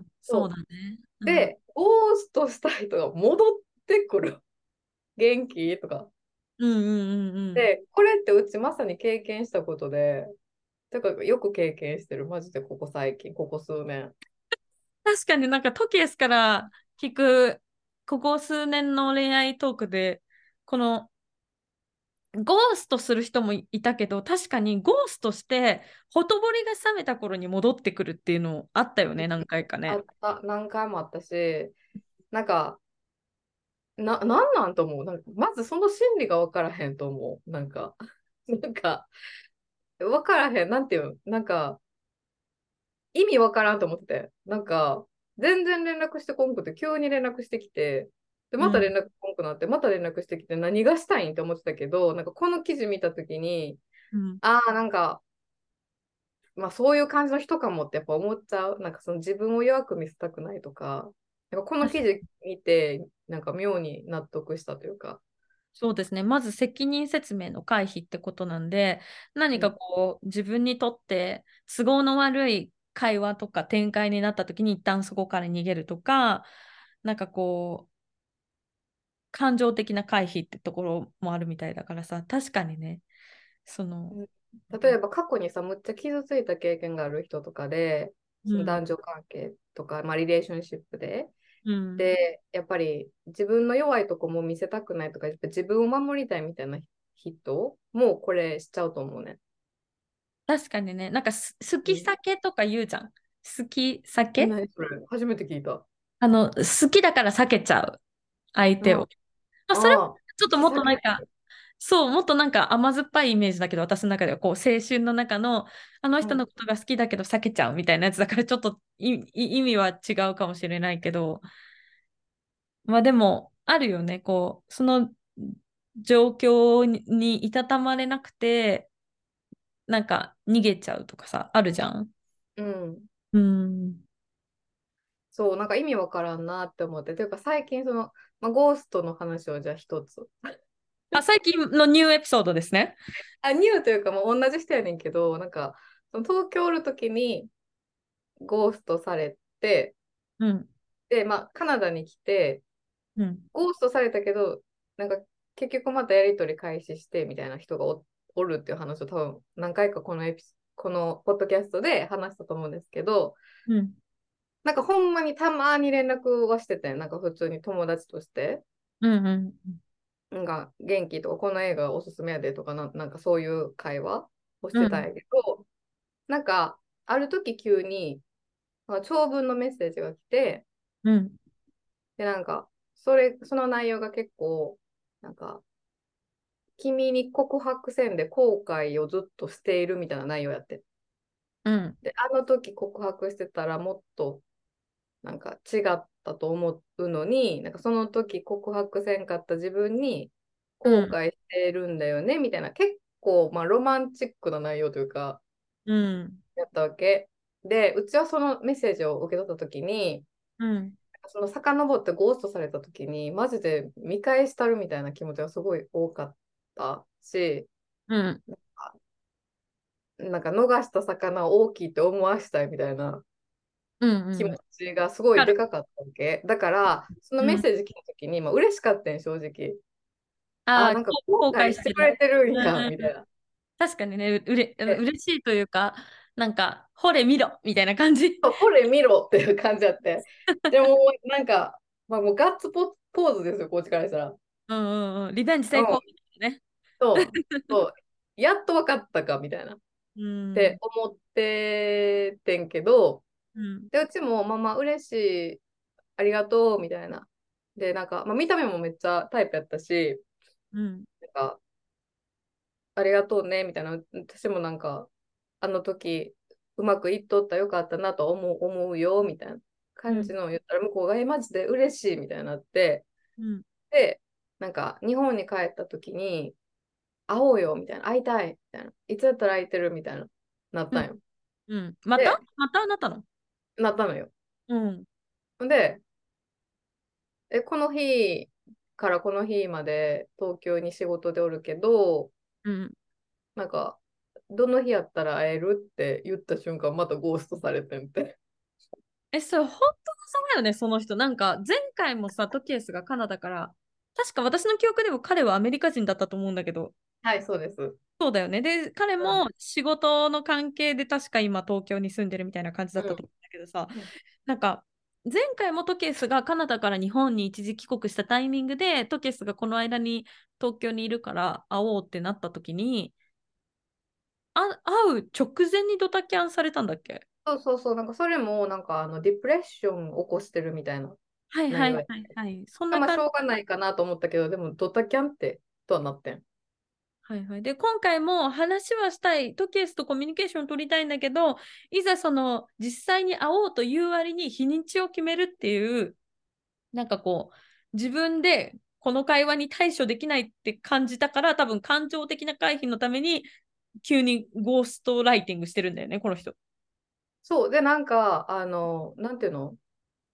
そうそだね。 う。 うん。 で、ゴーストした人が戻ってくる。元気とか。 うんうんうんうん。 で、これってうちまさに経験したことで、てかよく経験してる。マジでここ最近、ここ数年。 確かになんかトキエスから聞く、ここ数年の恋愛トークで、このゴーストする人もいたけど、確かにゴーストして、ほとぼりが冷めた頃に戻ってくるっていうのあったよね、何回かね。 あった、何回もあったし、なんか、な、なんなんと思う。なんかまずその心理が分からへんと思う。なんか、なんか、分からへん。なんていうのなんか、意味分からんと思ってて。なんか、全然連絡してこんくて、急に連絡してきて、で、 うん。 また連絡こんくなって、また連絡してきて、何がしたいんって思ってたけど、なんかこの記事見たときに、 うん。 ああ、なんか、まあそういう感じの人かもってやっぱ思っちゃう。なんかその自分を弱く見せたくないとか、やっぱこの記事見て、なんか妙に納得したというか。 そうですね。まず責任説明の回避ってことなんで、何かうん。 こう、自分にとって都合の悪い会話とか展開になった時に一旦そこから逃げるとか、なんかこう、感情的な回避ってところもあるみたいだからさ、確かにね、その、 うん。例えば過去にさ、むっちゃ傷ついた経験がある人とかで、 うん、 その男女関係とか、まあ、リレーションシップで、 うん、 で、やっぱり自分の弱いとこも見せたくないとか、やっぱ自分を守りたいみたいな人もこれしちゃうと思うね。 確かにね、なんかす好きうん。 酒とか言うじゃん。好きえ、 酒何それ初めて聞いた。 あの、好きだから避けちゃう、相うん。 手を。 あまあ、それもあ、 ちょっともっと引き裂け。 なんか、そう、もっとなんか甘酸っぱいイメージだけど、私の中ではこう青春の中のあのうん。 人のことが好きだけど避けちゃうみたいなやつだからちょっといい意味は違うかもしれないけど、まあでもあるよね、こう、その状況ににいたたまれなくて、なんか逃げちゃうとかさ、あるじゃん。 うん。 うん。 そう、なんか意味わからんなって思って。というか最近その、まあ、ゴーストの話をじゃあ一つ。 あ、最近のニューエピソードですね。 あ、ニューというかもう同じ人やねんけど、なんか、その東京おるときにゴーストされて、 うん。 で、まあ、カナダに来て、 うん。 ゴーストされたけど、なんか結局またやり取り開始してみたいな人がお、おるっていう話を多分何回かこのエピス、このポッドキャストで話したと思うんですけど、 うん。 なんかほんまにたまに連絡はしてて、なんか普通に友達として、 うん。うん。 なんか元気とかこの映画おすすめやでとかな、なんかそういう会話をしうん。 てたんやけど、なんかある時急になんか長文のメッセージが来て、 うん。 で、なんかそれ、その内容が結構、なんか君に告白せんで後悔をずっとしているみたいな内容やって。 うん。 で、あの時告白してたらもっとなんか違ったと思うのに、なんかその時告白せんかった自分に後うん。 悔してるんだよねみたいな、結構まあロマンチックな内容というか、 うん。 やったわけ。で、うちはそのメッセージを受け取った時に、 うん。 その遡ってゴーストされた時に、マジで見返したるみたいな気持ちがすごい多かったし、 うん。 なんか逃した魚を大きいって思わしたいみたいなうん。 気持うん。 ちがすごいある。 でかかったわけ。だから、そのうん。 メッセージ来た時に、まあ、嬉しかったん、正直。あ、 ああ、 なんか後後悔悔してくれしてる。 てるんや、 うん。 みたいな。 確かにね、う、うれ、うで、 嬉しいというか、なんか、ほれ見ろみたいな感じ。 これ見ろっていう感じだって。でも、なんか、まあ、もうガッツポ、ポーズですよ、こっちからしたら。 うんうんうん。リベンジ成功うん、 みたいなね。 そう、そう、やっと分かったか、みたいな。っうん。 て思っててんけど、 うん。 で、うちも、まあまあ、嬉しい、ありがとう、みたいな。で、なんか、まあ、見た目もめっちゃタイプやったし、 うん。 なんか、ありがとうね、みたいな。私もなんか、あの時、うまくいっとったよかったなと思う、思うよ、みたいなうん。 感じのを言ったら、向こうが、え、マジで嬉しい、みたいになって、 うん。 で、なんか、日本に帰った時に、会おうよ、みたいな。会いたい、みたいな。いつやったら空いてる、みたいな。なっうん。 たんよ。 うん。またで、 またあなたの？ なったのよ。 うん。 で、え、この日からこの日まで東京に仕事でおるけど、 うん。 なんか、どの日やったら会えるって言った瞬間、またゴーストされてんて。 え、それ本当のそうよね、その人。なんか、前回もさ、トキエスがカナダから、確か私の記憶でも彼はアメリカ人だったと思うんだけど、 はい、そうです。 そうだよね。で、彼うん。 も仕事の関係で確か今東京に住んでるみたいな感じだったと思うんだけどさ、 うん。 なんか、前回もトケスがカナダから日本に一時帰国したタイミングで、トケスがこの間に東京にいるから会おうってなった時に、あ、会う直前にドタキャンされたんだっけ？ そうそうそう、なんかそれも、なんかあの、ディプレッション起こしてるみたいなはいはい内容や。 はいはい。そんなまあ、し感じ。 ょうがないかなと思ったけど、でも、ドタキャンって、とはなってん。 はいはい。で、今回も話はしたい、トケスとコミュニケーション取りたいんだけど、いざその実際に会おうという割に日にちを決めるっていう、なんかこう、自分でこの会話に対処できないって感じたから、多分感情的な回避のために、急にゴーストライティングしてるんだよね、この人。 そう、で、なんか、あの、なんていうの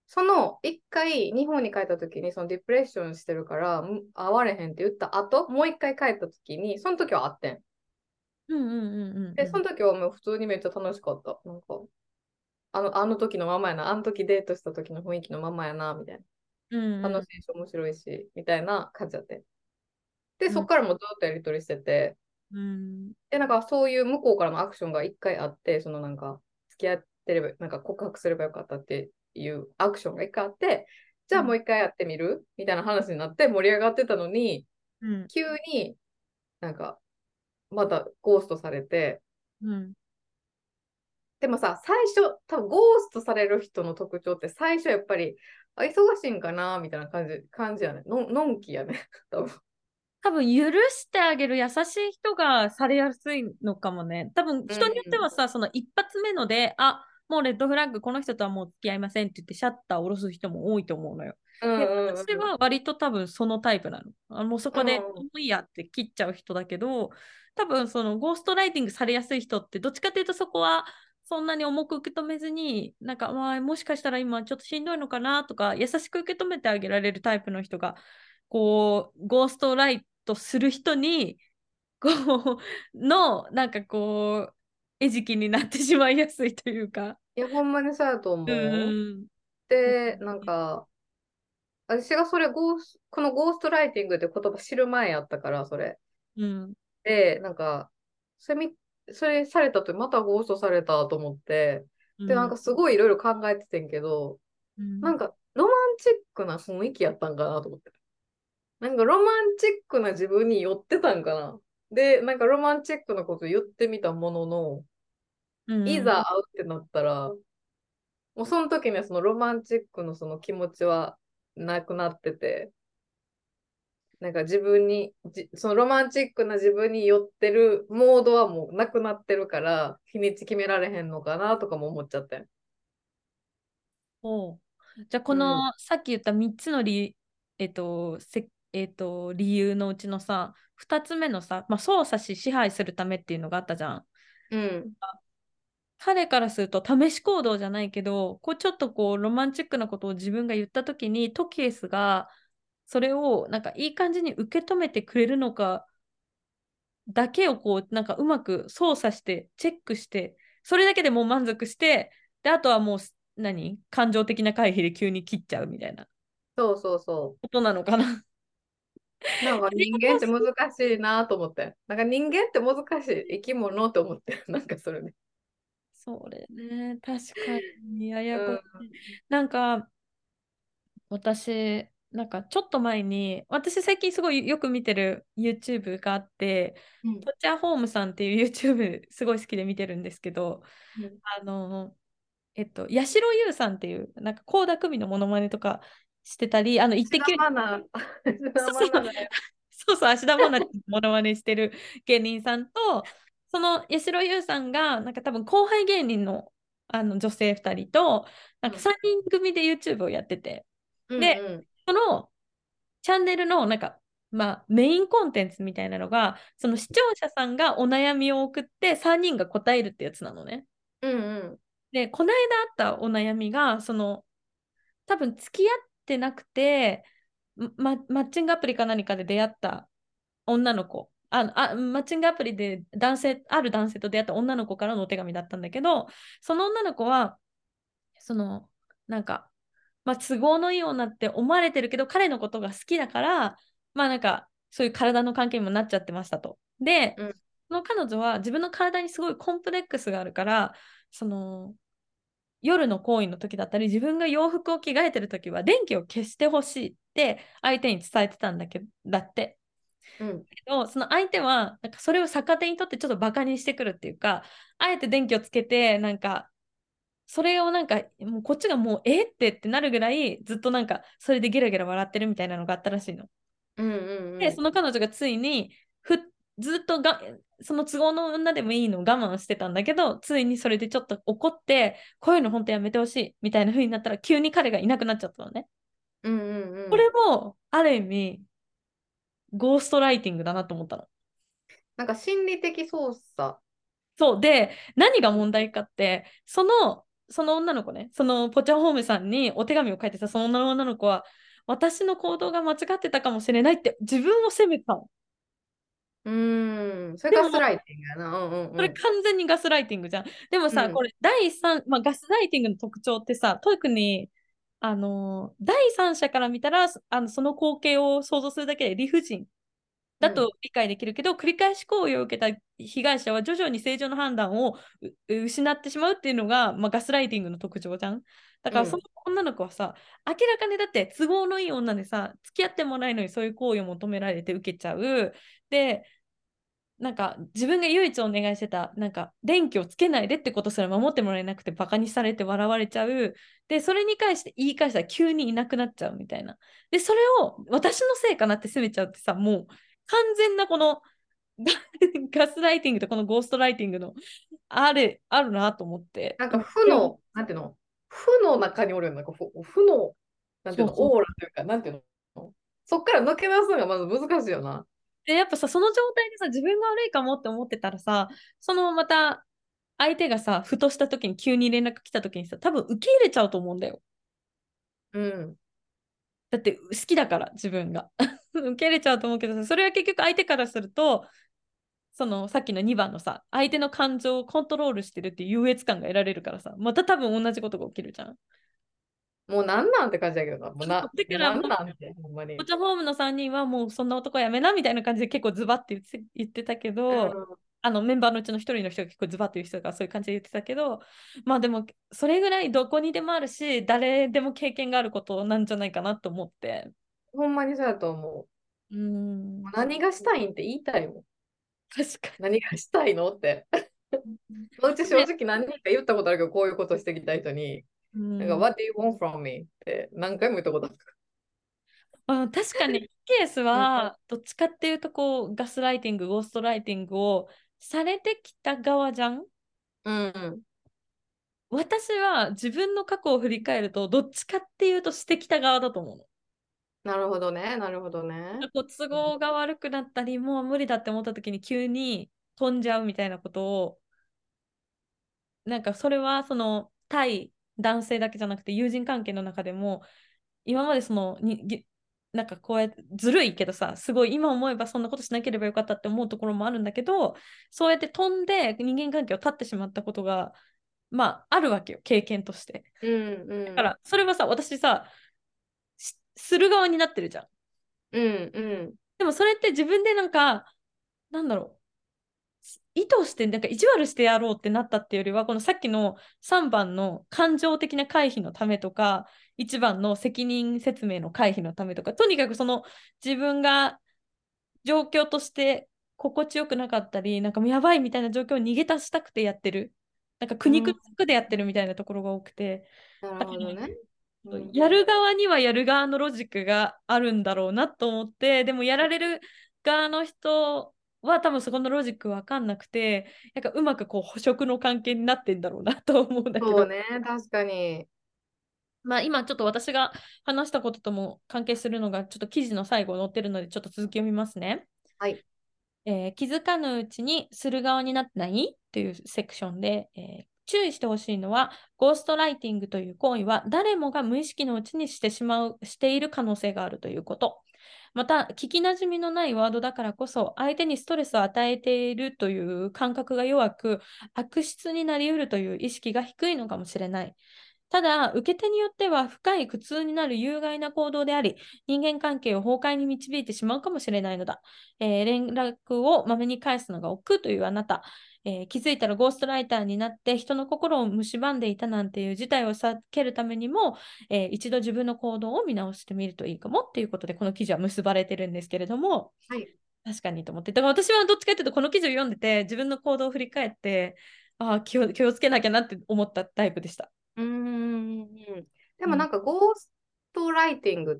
その一回日本に帰った時にそのディプレッションしてるからん会われへんって言った後、もう一回帰った時に、その時は会ってん。 うんうんうんうで、 んうん。 その時はもう普通にめっちゃ楽しかった。なんか、あの、あの時のままやな、あの時デートした時の雰囲気のままやな、みたいな。 うんうん楽しいし面白いし、みたいな感じだって。で、 うんそっからもずっとやりとりしてて、 うんで、なんかそういう向こうからのアクションが一回あって、そのなんか、付き合ってれば、なんか告白すればよかったっていうアクションが一回あって、じゃあもう一回やってみるみたいな話になって盛り上がってたのに、 うん急になんか、またゴーストされて、 うんでもさ、最初、多分ゴーストされる人の特徴って最初やっぱり、あ、忙しいんかなみたいな感じ、感じやね。の、のんきやね。多分。 多分許してあげる優しい人がされやすいのかもね。多分う人によってはん。 さ、その一発目ので、あ、もうレッドフラッグ、この人とはもう付き合いませんって言ってシャッターを下ろす人も多いと思うのよ。 うんで、 うんうん。 私は割と多分そのタイプなの。あ、もうそこでうんもういいやって切っちゃう人だけど、多分そのゴーストライティングされやすい人ってどっちかというとそこはそんなに重く受け止めずに、なんか、まあ、もしかしたら今ちょっとしんどいのかなとか、優しく受け止めてあげられるタイプの人がこう、ゴーストライトする人に、こう、の、なんかこう、餌食になってしまいやすいというか。 いや、ほんまにそうやとう思う。 ん。 で、なんか、私がそれゴース、このゴーストライティングって言葉知る前やったから、それ。 うん。 で、なんか、それみ、それされたと、またゴーストされたと思って、で、なんうん。 かすごいいろいろ考えててんけど、 うん。 なんか、ロマンチックな雰囲気やったんかなと思って。なんか、ロマンチックな自分に寄ってたんかな。で、なんか、ロマンチックなこと言ってみたものの、 うん。 いざ会うってなったら、もうその時にはそのロマンチックのその気持ちはなくなってて、なんか自分に、じそのロマンチックな自分に寄ってるモードはもうなくなってるから、日にち決められへんのかなとかも思っちゃってん。 おう。じゃあ、こうん。 の、さっき言ったみっつの理、えっと、せ、えっと、理由のうちのさ、ふたつめのさ、まあ、操作し支配するためっていうのがあったじゃん。 うん。 彼からすると試し行動じゃないけど、こうちょっとこうロマンチックなことを自分が言ったときに、トキエスがそれをなんかいい感じに受け止めてくれるのかだけをこうなんかうまく操作してチェックして、それだけでもう満足して、で、あとはもう何感情的な回避で急に切っちゃうみたいなそうそうそことなのかな。 う。なんか人間って難しいなと思って。なんか人間って難しい生き物って思って。なんかそれで。 それね、確かにややうん。 こしい。なんか、私、なんかちょっと前に、私最近すごいよく見てる YouTube があって、 うん。 ポチャホームさんっていう YouTube すごい好きで見てるんですけど、 うん。 あの、えっと、八代優さんっていう、なんか倖田來未のモノマネとかしてたり、あの、イッ芦田テ Q!、 愛菜、芦田そうそう、 愛菜だよ。 そうそう、芦田愛菜のモノマネしてる芸人さんと、その八代優さんが、なんか多分後輩芸人の、あの女性ふたりと、なんかうん。 さんにん組で YouTube をやってて、 うんで、 うん。 そのチャンネルのなんか、まあ、メインコンテンツみたいなのが、その視聴者さんがお悩みを送ってさんにんが答えるってやつなのね。 うんうん。 で、この間あったお悩みが、その、多分付き合ってなくて、ま、マッチングアプリか何かで出会った女の子。あ、あ、マッチングアプリで男性、ある男性と出会った女の子からのお手紙だったんだけど、その女の子は、その、なんか、まあ、都合のいい女って思われてるけど、彼のことが好きだから、まあなんか、そういう体の関係にもなっちゃってましたと。で、 うん。 その彼女は自分の体にすごいコンプレックスがあるから、その、夜の行為の時だったり、自分が洋服を着替えてる時は電気を消してほしいって相手に伝えてたんだけど、だって。 うん。 けど、その相手は、なんかそれを逆手にとってちょっとバカにしてくるっていうか、あえて電気をつけて、なんか、それをなんか、もうこっちがもう、えってってなるぐらい、ずっとなんか、それでゲラゲラ笑ってるみたいなのがあったらしいの。 うんうんで、 うん。 その彼女がついに、ふずっとが、その都合の女でもいいのを我慢してたんだけど、ついにそれでちょっと怒って、こういうの本当やめてほしいみたいな風になったら、急に彼がいなくなっちゃったのね。 うんうんうこん。 れも、ある意味、ゴーストライティングだなと思ったの。 なんか心理的操作。 そう。で、何が問題かって、その、 その女の子ね、そのポチャホームさんにお手紙を書いてさ、その女の子は、私の行動が間違ってたかもしれないって自分を責めたの。 うーん。それでも、 がスライティングやな。うんうんそれうん。 完全にガスライティングじゃん。でもさ、 うん。 これ第三、まあ、ガスライティングの特徴ってさ、特に、あの第三者から見たら、あのその光景を想像するだけで理不尽だうん。 と理解できるけど、繰り返し行為を受けた被害者は徐々に正常な判断を失ってしまうっていうのが、まあ、ガスライティングの特徴じゃん。だからそのうん。 女の子はさ、明らかにだって都合のいい女でさ、付き合ってもないのにそういう行為を求められて受けちゃう。で、なんか自分が唯一お願いしてた、なんか電気をつけないでってことすら守ってもらえなくてバカにされて笑われちゃう。で、それに関して言い返したら急にいなくなっちゃうみたいな。で、それを私のせいかなって責めちゃうってさ、もう完全なこのガガスライティングとこのゴーストライティングのあれ、あるなと思って。 なんか今それを負の、なんていうの負の中におるよ。なんか負負の、なんていうのそうそう。 オーラというか、なんていうのそっから抜け出すのがまず難しいよな。 で、やっぱさ、その状態でさ、自分が悪いかもって思ってたらさ、そのまた相手がさ、ふとした時に急に連絡来た時にさ、多分受け入れちゃうと思うんだよ。 うん。 だって好きだから、自分が。受け入れちゃうと思うけどさ、それは結局相手からすると、そのさっきのにばんのさ、相手の感情をコントロールしてるっていう優越感が得られるからさ、また多分同じことが起きるじゃん。 もうなんなんって感じだけどな。もうな、 だからもう、 もうなんなんって、ほんまに。 ポチャホームのさんにんはもうそんな男やめなみたいな感じで結構ズバって言って言ってたけど、 うあのメンバーのうちの一人の人が結構ズバって言う人がそういう感じで言ってたけど、まあでもそれぐらいどこにでもあるし、誰でも経験があることなんじゃないかなと思って。 ん。ほんまにそうやと思う。 うーん、 何がしたいんって言いたいもん。 確か何がしたいのって。 に。 まあうち正直何人か言ったことあるけど、こういうことしてきた人に、 うなんか、 ん、 What do you want from me? って何回も言ったことある。 うん、確かにケースうん。 はどっちかっていうとこうガスライティング、ゴーストライティングをされてきた側じゃん。 うん。 私は自分の過去を振り返るとどっちかっていうとしてきた側だと思うの。 なるほどね。なるほどね。 こう都合が悪くなったりもう無理だって思った時に急に飛んじゃうみたいなことを、なんかそれはその対男性だけじゃなくて友人関係の中でも今までそのにぎなんかこうやってずるいけどさ、すごい今思えばそんなことしなければよかったって思うところもあるんだけど、そうやって飛んで人間関係を絶ってしまったことがまああるわけよ、経験として。 うんだかうん。 らそれはさ、私さしする側になってるじゃん。 うんうん。 でもそれって自分でなんかなんだろう、意図してなんか意地悪してやろうってなったっていうよりは、このさっきのさんばんの感情的な回避のためとか、いちばんの責任説明の回避のためとか、とにかくその自分が状況として心地よくなかったり、なんかもうやばいみたいな状況を逃げ出したくてやってる。なんか苦肉のうん。 策でやってるみたいなところが多くて、 なだかるほどね。うらん。 やる側にはやる側のロジックがあるんだろうなと思って、でもやられる側の人は多分そこのロジックわかんなくて、なんかうまくこう補色の関係になってんだろうなと思うんだけど、 そうね。確かに。 まあ今ちょっと私が話したこととも関係するのがちょっと記事の最後載ってるのでちょっと続き読みますね。 はい。 えー気づかぬうちにする側になってないっていうセクションで、えー注意してほしいのは、ゴーストライティングという行為は誰もが無意識のうちにしてしまう、している可能性があるということ。また、聞きなじみのないワードだからこそ、相手にストレスを与えているという感覚が弱く、悪質になり得るという意識が低いのかもしれない。ただ、受け手によっては深い苦痛になる有害な行動であり、人間関係を崩壊に導いてしまうかもしれないのだ。えー連絡をまめに返すのが億劫というあなた、えー気づいたらゴーストライターになって人の心を蝕んでいたなんていう事態を避けるためにも、えー一度自分の行動を見直してみるといいかもっていうことで、この記事は結ばれてるんですけれども、 はい。 確かにと思って。だから私はどっちかというと、この記事を読んでて、自分の行動を振り返って、ああ、気を、気をつけなきゃなって思ったタイプでした。 うーん。でうん。 もなんかゴーストライティングって、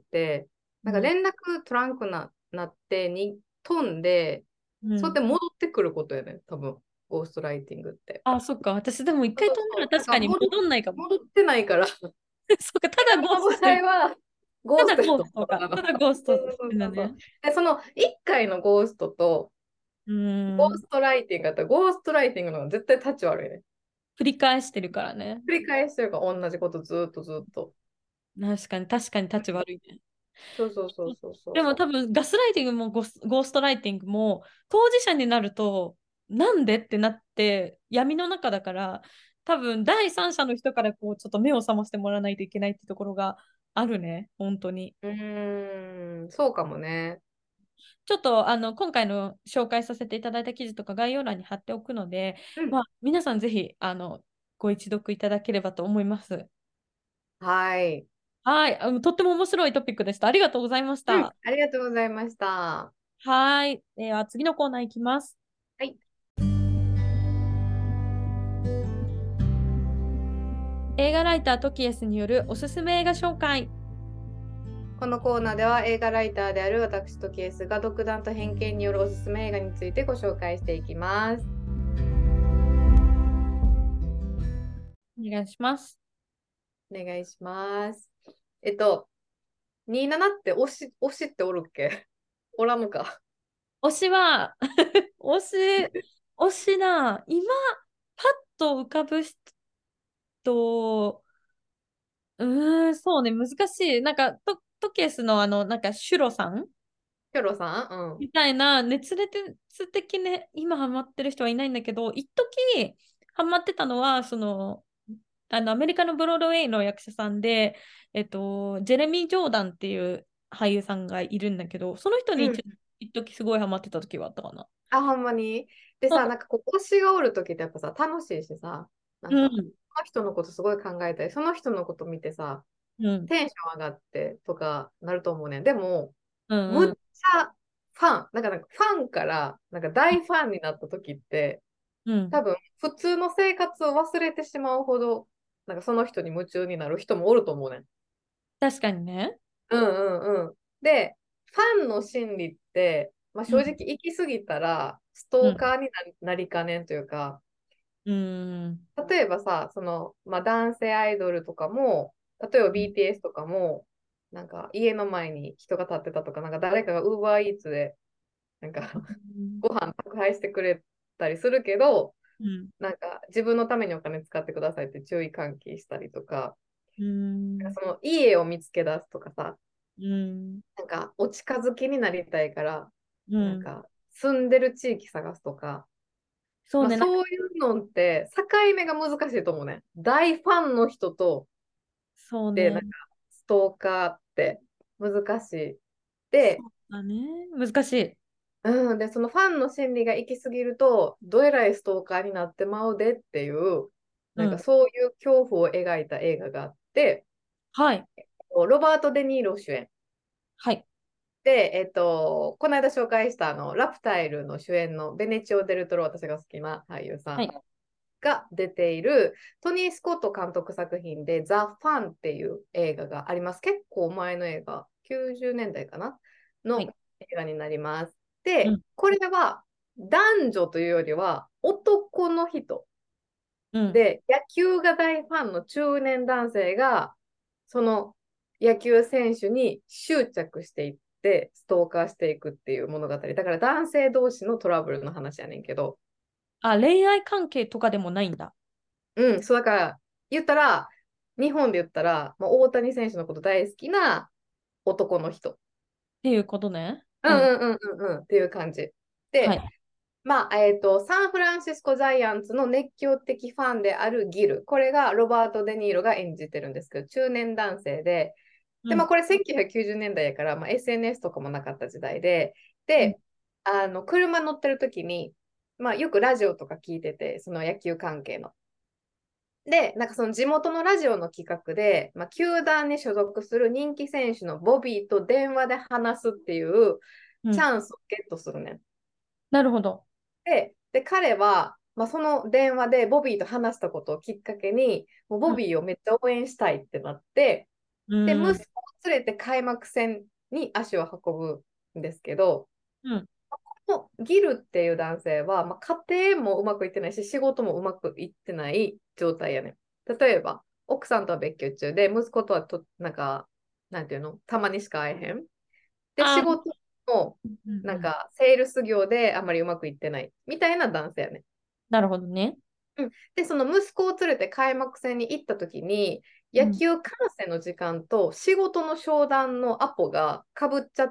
なんかうん。 連絡取らんくな、なってに飛んで、 うん。 そうやって戻ってくることやね、多分、ゴーストライティングって。 あ、そっか。私でも一そう回飛んだそうそう。だら確かにから戻っ、 戻んないかも。 戻ってないから、 そっか、ただゴーその場ストしてる。 合は、ゴただーストやとゴーストか。 思うなの。 ただゴーストしそうそうそうそう。 てるんだね。 で、そのいっかいのゴーストと、 うーん。 ゴーストライティングだったら、ゴーストライティングの方が絶対タッチ悪いね。 繰り返してるからね。 繰り返してるから同じことずっとずっと。 確かに、確かに立ち悪いね。 そうそうそうそうそうそでも多分ガスライティングもゴス、ゴーストライティングも当事者になるとなんでってなって闇の中だから多分第三者の人からこうちょっと目を覚ましてもらわないといけないってところがあるね、本当に。 う。うーん、そうかもね。 ちょっとあの今回の紹介させていただいた記事とか概要欄に貼っておくので、 うん。 まあ、皆さんぜひあのご一読いただければと思います。 はい。 はい、あのとっても面白いトピックでした。ありがとうございましうん。 た。 ありがとうございました。 はい、では次のコーナーいきます。 はい。 映画ライタートキエスによるおすすめ映画紹介。 このコーナーでは映画ライターである私とケースが独断と偏見によるおすすめ映画についてご紹介していきます。 お願いします。 お願いします。えっと、にじゅうななって推し、推しっておるっけ？おらぬか。 推しは推し、推しな、今、パッと浮かぶ人、うーん、そうね、難しい。なんか、ト、トキエスのあの、なんか、シュロさんキョロさん。うん。 みたいな熱烈的ね、今ハマってる人はいないんだけど、一時ハマってたのは、その、あの、アメリカのブロードウェイの役者さんで、えっと、ジェレミー・ジョーダンっていう俳優さんがいるんだけど、その人にうん。 一一時すごいハマってた時はあったかな。 あ、ほんまに。でさ、なんかこう、推しがおるときってやっぱさ、楽しいしさ、なんか、 うん、 その人のことすごい考えたり、その人のこと見てさ、 うん、 テンション上がってとかなると思うねん。でも、 うん、 むっちうん、 ゃファン、なんかなんかファンからなんか大ファンになった時って、 うん。 多分普通の生活を忘れてしまうほど、なんかその人に夢中になる人もおると思うねん。 確かにね。 うんうんうん。で、ファンの心理って、まあ、正直うん、 行き過ぎたらストーカうん、 ーになり、なりかねんというか、 うん、 例えばさ、その、まあ、男性アイドルとかも、例えば ビーティーエス とかも、なんか家の前に人が立ってたとか、なんか誰かが ウーバーイーツで、なんかご飯宅配してくれたりするけど、 うん、 なんか自分のためにお金使ってくださいって注意喚起したりとか、 うん、 その家を見つけ出すとかさ、 うん、 なんかお近づきになりたいから、 うん。 なんか住んでる地域探すとか、まあ、 そうね、なんか、 そういうのって境目が難しいと思うね。大ファンの人と、で、なんそうね。 かストーカーって難しい。で、 そうだね。難しい。 うん、で、そのファンの心理が行き過ぎると、どえらいストーカーになってまうでっていう、なんかうん。 そういう恐怖を描いた映画があって、 はい。 ロバート・デ・ニーロ主演。 はい。 で、えっと、この間紹介したあのラプタイルの主演のベネチオ・デルトロ、私が好きな俳優さんはい。 が出ているトニー・スコット監督作品でザ・ファンっていう映画があります。結構前の映画、きゅうじゅうねんだいかなのはい。 映画になります。で、 うん。 これは男女というよりは男の人うん。 で、野球が大ファンの中年男性がその野球選手に執着していってストーカーしていくっていう物語。だから男性同士のトラブルの話やねんけど、 あ、恋愛関係とかでもないんだ。っうん、そうだから、言ったら、日本で言ったら、もう大谷選手のこと大好きな男の人。 ていうことね。 うんうん。 うんうんうんうんっていう感じ。で、 はい。 まあ、えっと、サンフランシスコジャイアンツの熱狂的ファンであるギル。これがロバート・デ・ニーロが演じてるんですけど、中年男性で、で、まあ、 うん。 これせんきゅうひゃくきゅうじゅうねんだいやから、まあ、エスエヌエス とかもなかった時代で、 うん。 で、あの、車乗ってる時に、まあ、よくラジオとか聞いてて、その野球関係の。で、なんかその地元のラジオの企画で、まあ、球団に所属する人気選手のボビーと電話で話すっていううん。 チャンスをゲットするねん。 なるほど。 で、で彼は、まあ、その電話でボビーと話したことをきっかけに、もうボうん。 ビーをめっちゃ応援したいってなって、で、息うん。 子を連れて開幕戦に足を運ぶんですけど、 うん。 このギルっていう男性は、まあ、家庭もうまくいってないし、仕事もうまくいってない状態やねん。例えば、奥さんとは別居中で、息子とはと、なんか、なんていうの、たまにしか会えへん。で、 あー、 仕事も、 うんうんうん。 なんか、セールス業であんまりうまくいってないみたいな男性やねん。 なるほどね。 うん、で、その息子を連れて開幕戦に行った時に、 うん。 野球観戦の時間と仕事の商談のアポがかぶっちゃって、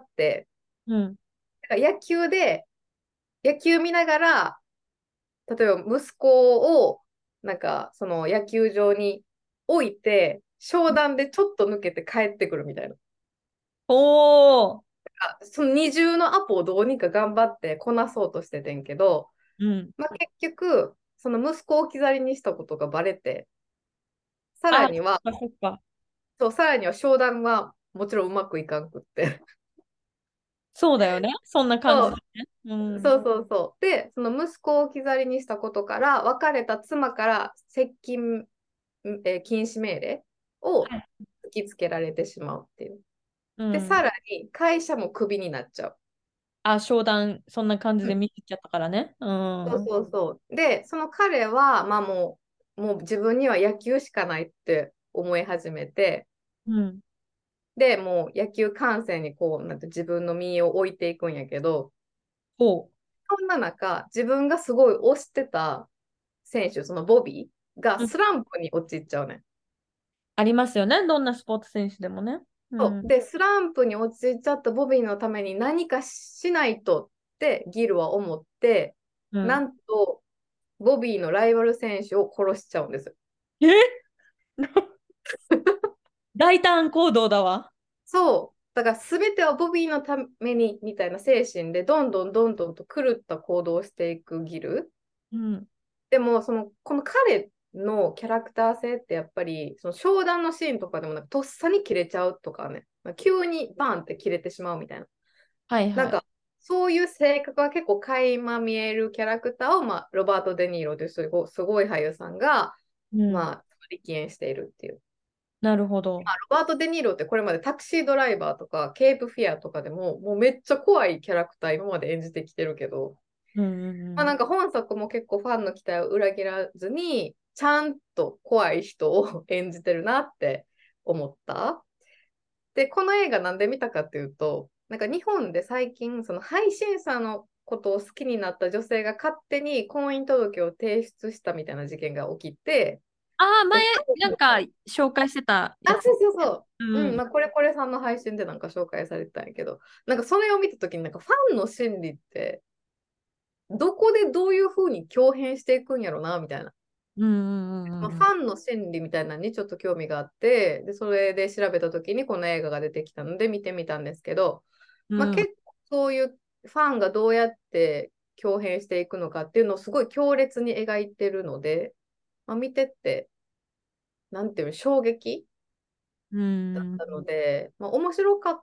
うん。 だから野球で、野球見ながら、例えば息子を、なんか、その野球場に置いて、商談でちょっと抜けて帰ってくるみたいな。 おー。 あその二重のアポをどうにか頑張ってこなそうとしててんけど、 うん。 まあ、結局、その息子を置き去りにしたことがバレて、さらあ、 には、 そっかそっか。 そう、さらには商談はもちろんうまくいかんくって。 そうだよね。そんな感じそだね。うう、 ん。 そうそうそう。で、その息子を置き去りにしたことから、別れた妻から接近、えー禁止命令をはい。 突きつけられてしまうっていう。で、 うん。 さらに会社もクビになっちゃう。 あ、商談、そんな感じうん、 で見切っちゃったからね。うそうん。 そうそう。で、その彼は、まあもう、もう自分には野球しかないって思い始めて、 うん。 で、もう野球観戦にこう、なんて自分の身を置いていくんやけど、 ほう。 そんな中、自分がすごい推してた選手、そのボビーがうん。 スランプに陥っちゃうねん。 ありますよね。どんなスポーツ選手でもね。うん。 そうで、スランプに陥っちゃったボビーのために何かしないとってギルは思って、 うん。 なんとボビーのライバル選手を殺しちゃうんです。 え大胆行動だわ。 そう。だから全てはボビーのためにみたいな精神でどんどんどんどんと狂った行動をしていくギル。 うん。 でも、その、この彼のキャラクター性ってやっぱり、その商談のシーンとかでもなんかとっさに切れちゃうとかね、急にバンって切れてしまうみたいな。 はいはい。 なんか、そういう性格が結構垣間見えるキャラクターを、まあ、ロバート・デ・ニーロというすごすごい俳優さんが、 うん。 まあ、力演しているっていう。 なるほど。 まあ、ロバート・デ・ニーロってこれまでタクシードライバーとかケープフィアとかでも、もうめっちゃ怖いキャラクター今まで演じてきてるけど、 うんうんまあ、 うん。 なんか本作も結構ファンの期待を裏切らずに、ちゃんと怖い人を演じてるなって思った。で、この映画なんで見たかっていうと、なんか日本で最近、その配信者のことを好きになった女性が勝手に婚姻届を提出したみたいな事件が起きて、 ああ、前、 でなんか、紹介してたやあ、 つ。 そうそうそう。うん、 うん。 まあ、これこれさんの配信でなんか紹介されてたんやけど、なんかそれを見たときに、なんかファンの心理って、どこでどういうふうに共変していくんやろな、みたいな。 うんうんまあ、 うんうん。 ファンの心理みたいなのにちょっと興味があって、で、それで調べたときにこの映画が出てきたので見てみたんですけど、まあ、 うん。 結構そういうファンがどうやって共変していくのかっていうのをすごい強烈に描いてるので、まあ、見てって、なんていうの、衝撃うん。 だったので、まあ、面白かった、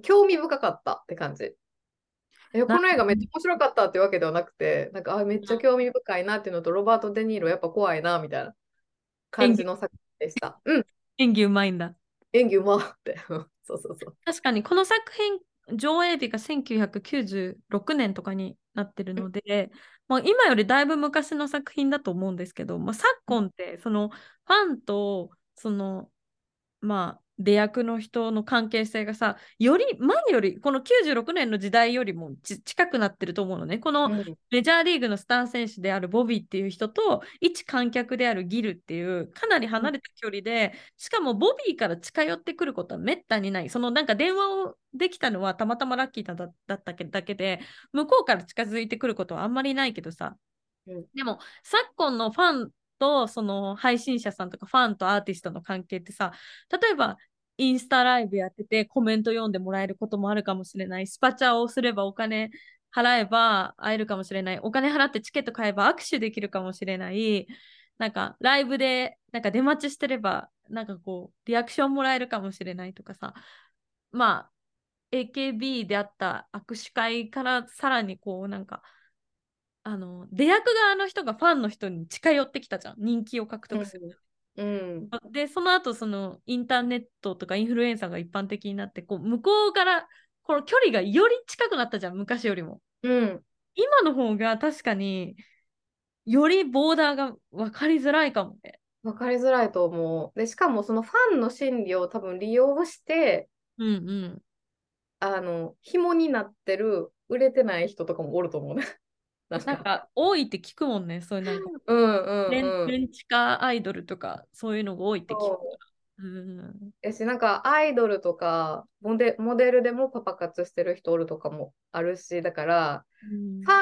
興味深かったって感じ。え、 なるこの映画めっちほど。 ゃ面白かったってわけではなくて、なんか、あ、めっちゃ興味深いなっていうのと、ロバート・デ・ニーロやっぱ怖いな、みたいな感演技、 じの作品でした。うん、 演技うまいんだ。 演技うまって。そうそうそう。 確かに、この作品、上映日がせんきゅうひゃくきゅうじゅうろくねんとかになってるので、まあ、今よりだいぶ昔の作品だと思うんですけど、まあ、昨今って、その、ファンと、その、まあ、出役の人の関係性がさ、より前より、このきゅうじゅうろくねんの時代よりもち近くなってると思うのね。このうん、 メジャーリーグのスター選手であるボビーっていう人と、一観客であるギルっていう、かなり離れた距離で、しかもボビーから近寄ってくることはめったにない。そのなんか電話をできたのはたまたまラッキーだだっただけで、向こうから近づいてくることはあんまりないけどさ、 うん、 でも昨今のファンとその配信者さんとかファンとアーティストの関係ってさ、例えばインスタライブやっててコメント読んでもらえることもあるかもしれない。スパチャをすればお金払えば会えるかもしれない。お金払ってチケット買えば握手できるかもしれない。なんかライブでなんか出待ちしてればなんかこうリアクションもらえるかもしれないとかさ。まあ エーケービー であった握手会からさらにこうなんかあの出役側の人がファンの人に近寄ってきたじゃん、人気を獲うん、 得する。 うん、 でその後そのインターネットとかインフルエンサーが一般的になってこう向こうからこの距離がより近くなったじゃん、昔よりも。 うん。 今の方が確かによりボーダーが分かりづらいかもね。 わかりづらいと思う。で、しかもそのファンの心理を多分利用して、 うんうん。 あの、紐になってる売れてない人とかもおると思うね。 なんか。 なんか多いって聞くもんね。そういうなんかうんうんうん。 レンレンチカアイドルとかそういうのが多いって聞くかそうら。うん。 やし、なんかアイドルとかモデ、モデルでもパパ活してる人おるとかもあるし、だからうん、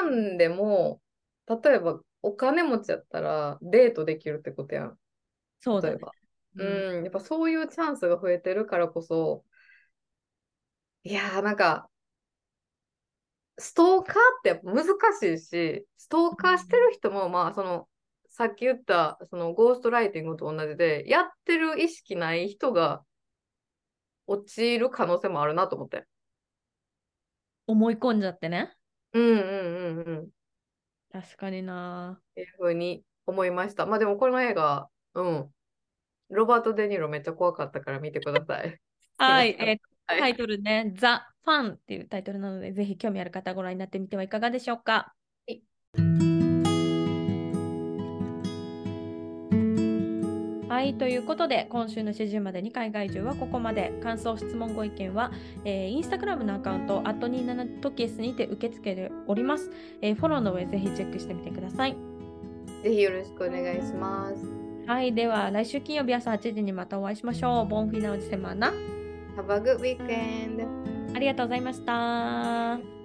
ファンでも、例えばお金持ちやったらデートできるってことやん。 そうだね。 例えば。 うん。 うん、やっぱそういうチャンスが増えてるからこそ、いやーなんか、ストーカーってやっぱ難しいし、ストーカーしてる人も、まあその、さっき言ったそのゴーストライティングと同じで、やってる意識ない人が陥る可能性もあるなと思って。 思い込んじゃってね。 うんうんうんうん。っ確かにな。 ていうふうに思いました。まあでもこの映画、うん。ロバート・デ・ニーロめっちゃ怖かったから見てください。好きはい、 な人。 えーはい。 タイトルね、ザ・ファンっていうタイトルなので、ぜひ興味ある方ご覧になってみてはいかがでしょうか。はい、ということで、今週のしちじまでに海外中はここまで。感想、質問、ご意見は、えーインスタグラムのアカウント、アットにじゅうななトキエスにて受け付けております。えーフォローの上、ぜひチェックしてみてください。 ぜひよろしくお願いします。 はい、では来週金曜日朝はちじにまたお会いしましょう。ボンフィナウジセマナ。 Have a good weekend! ありがとうございました。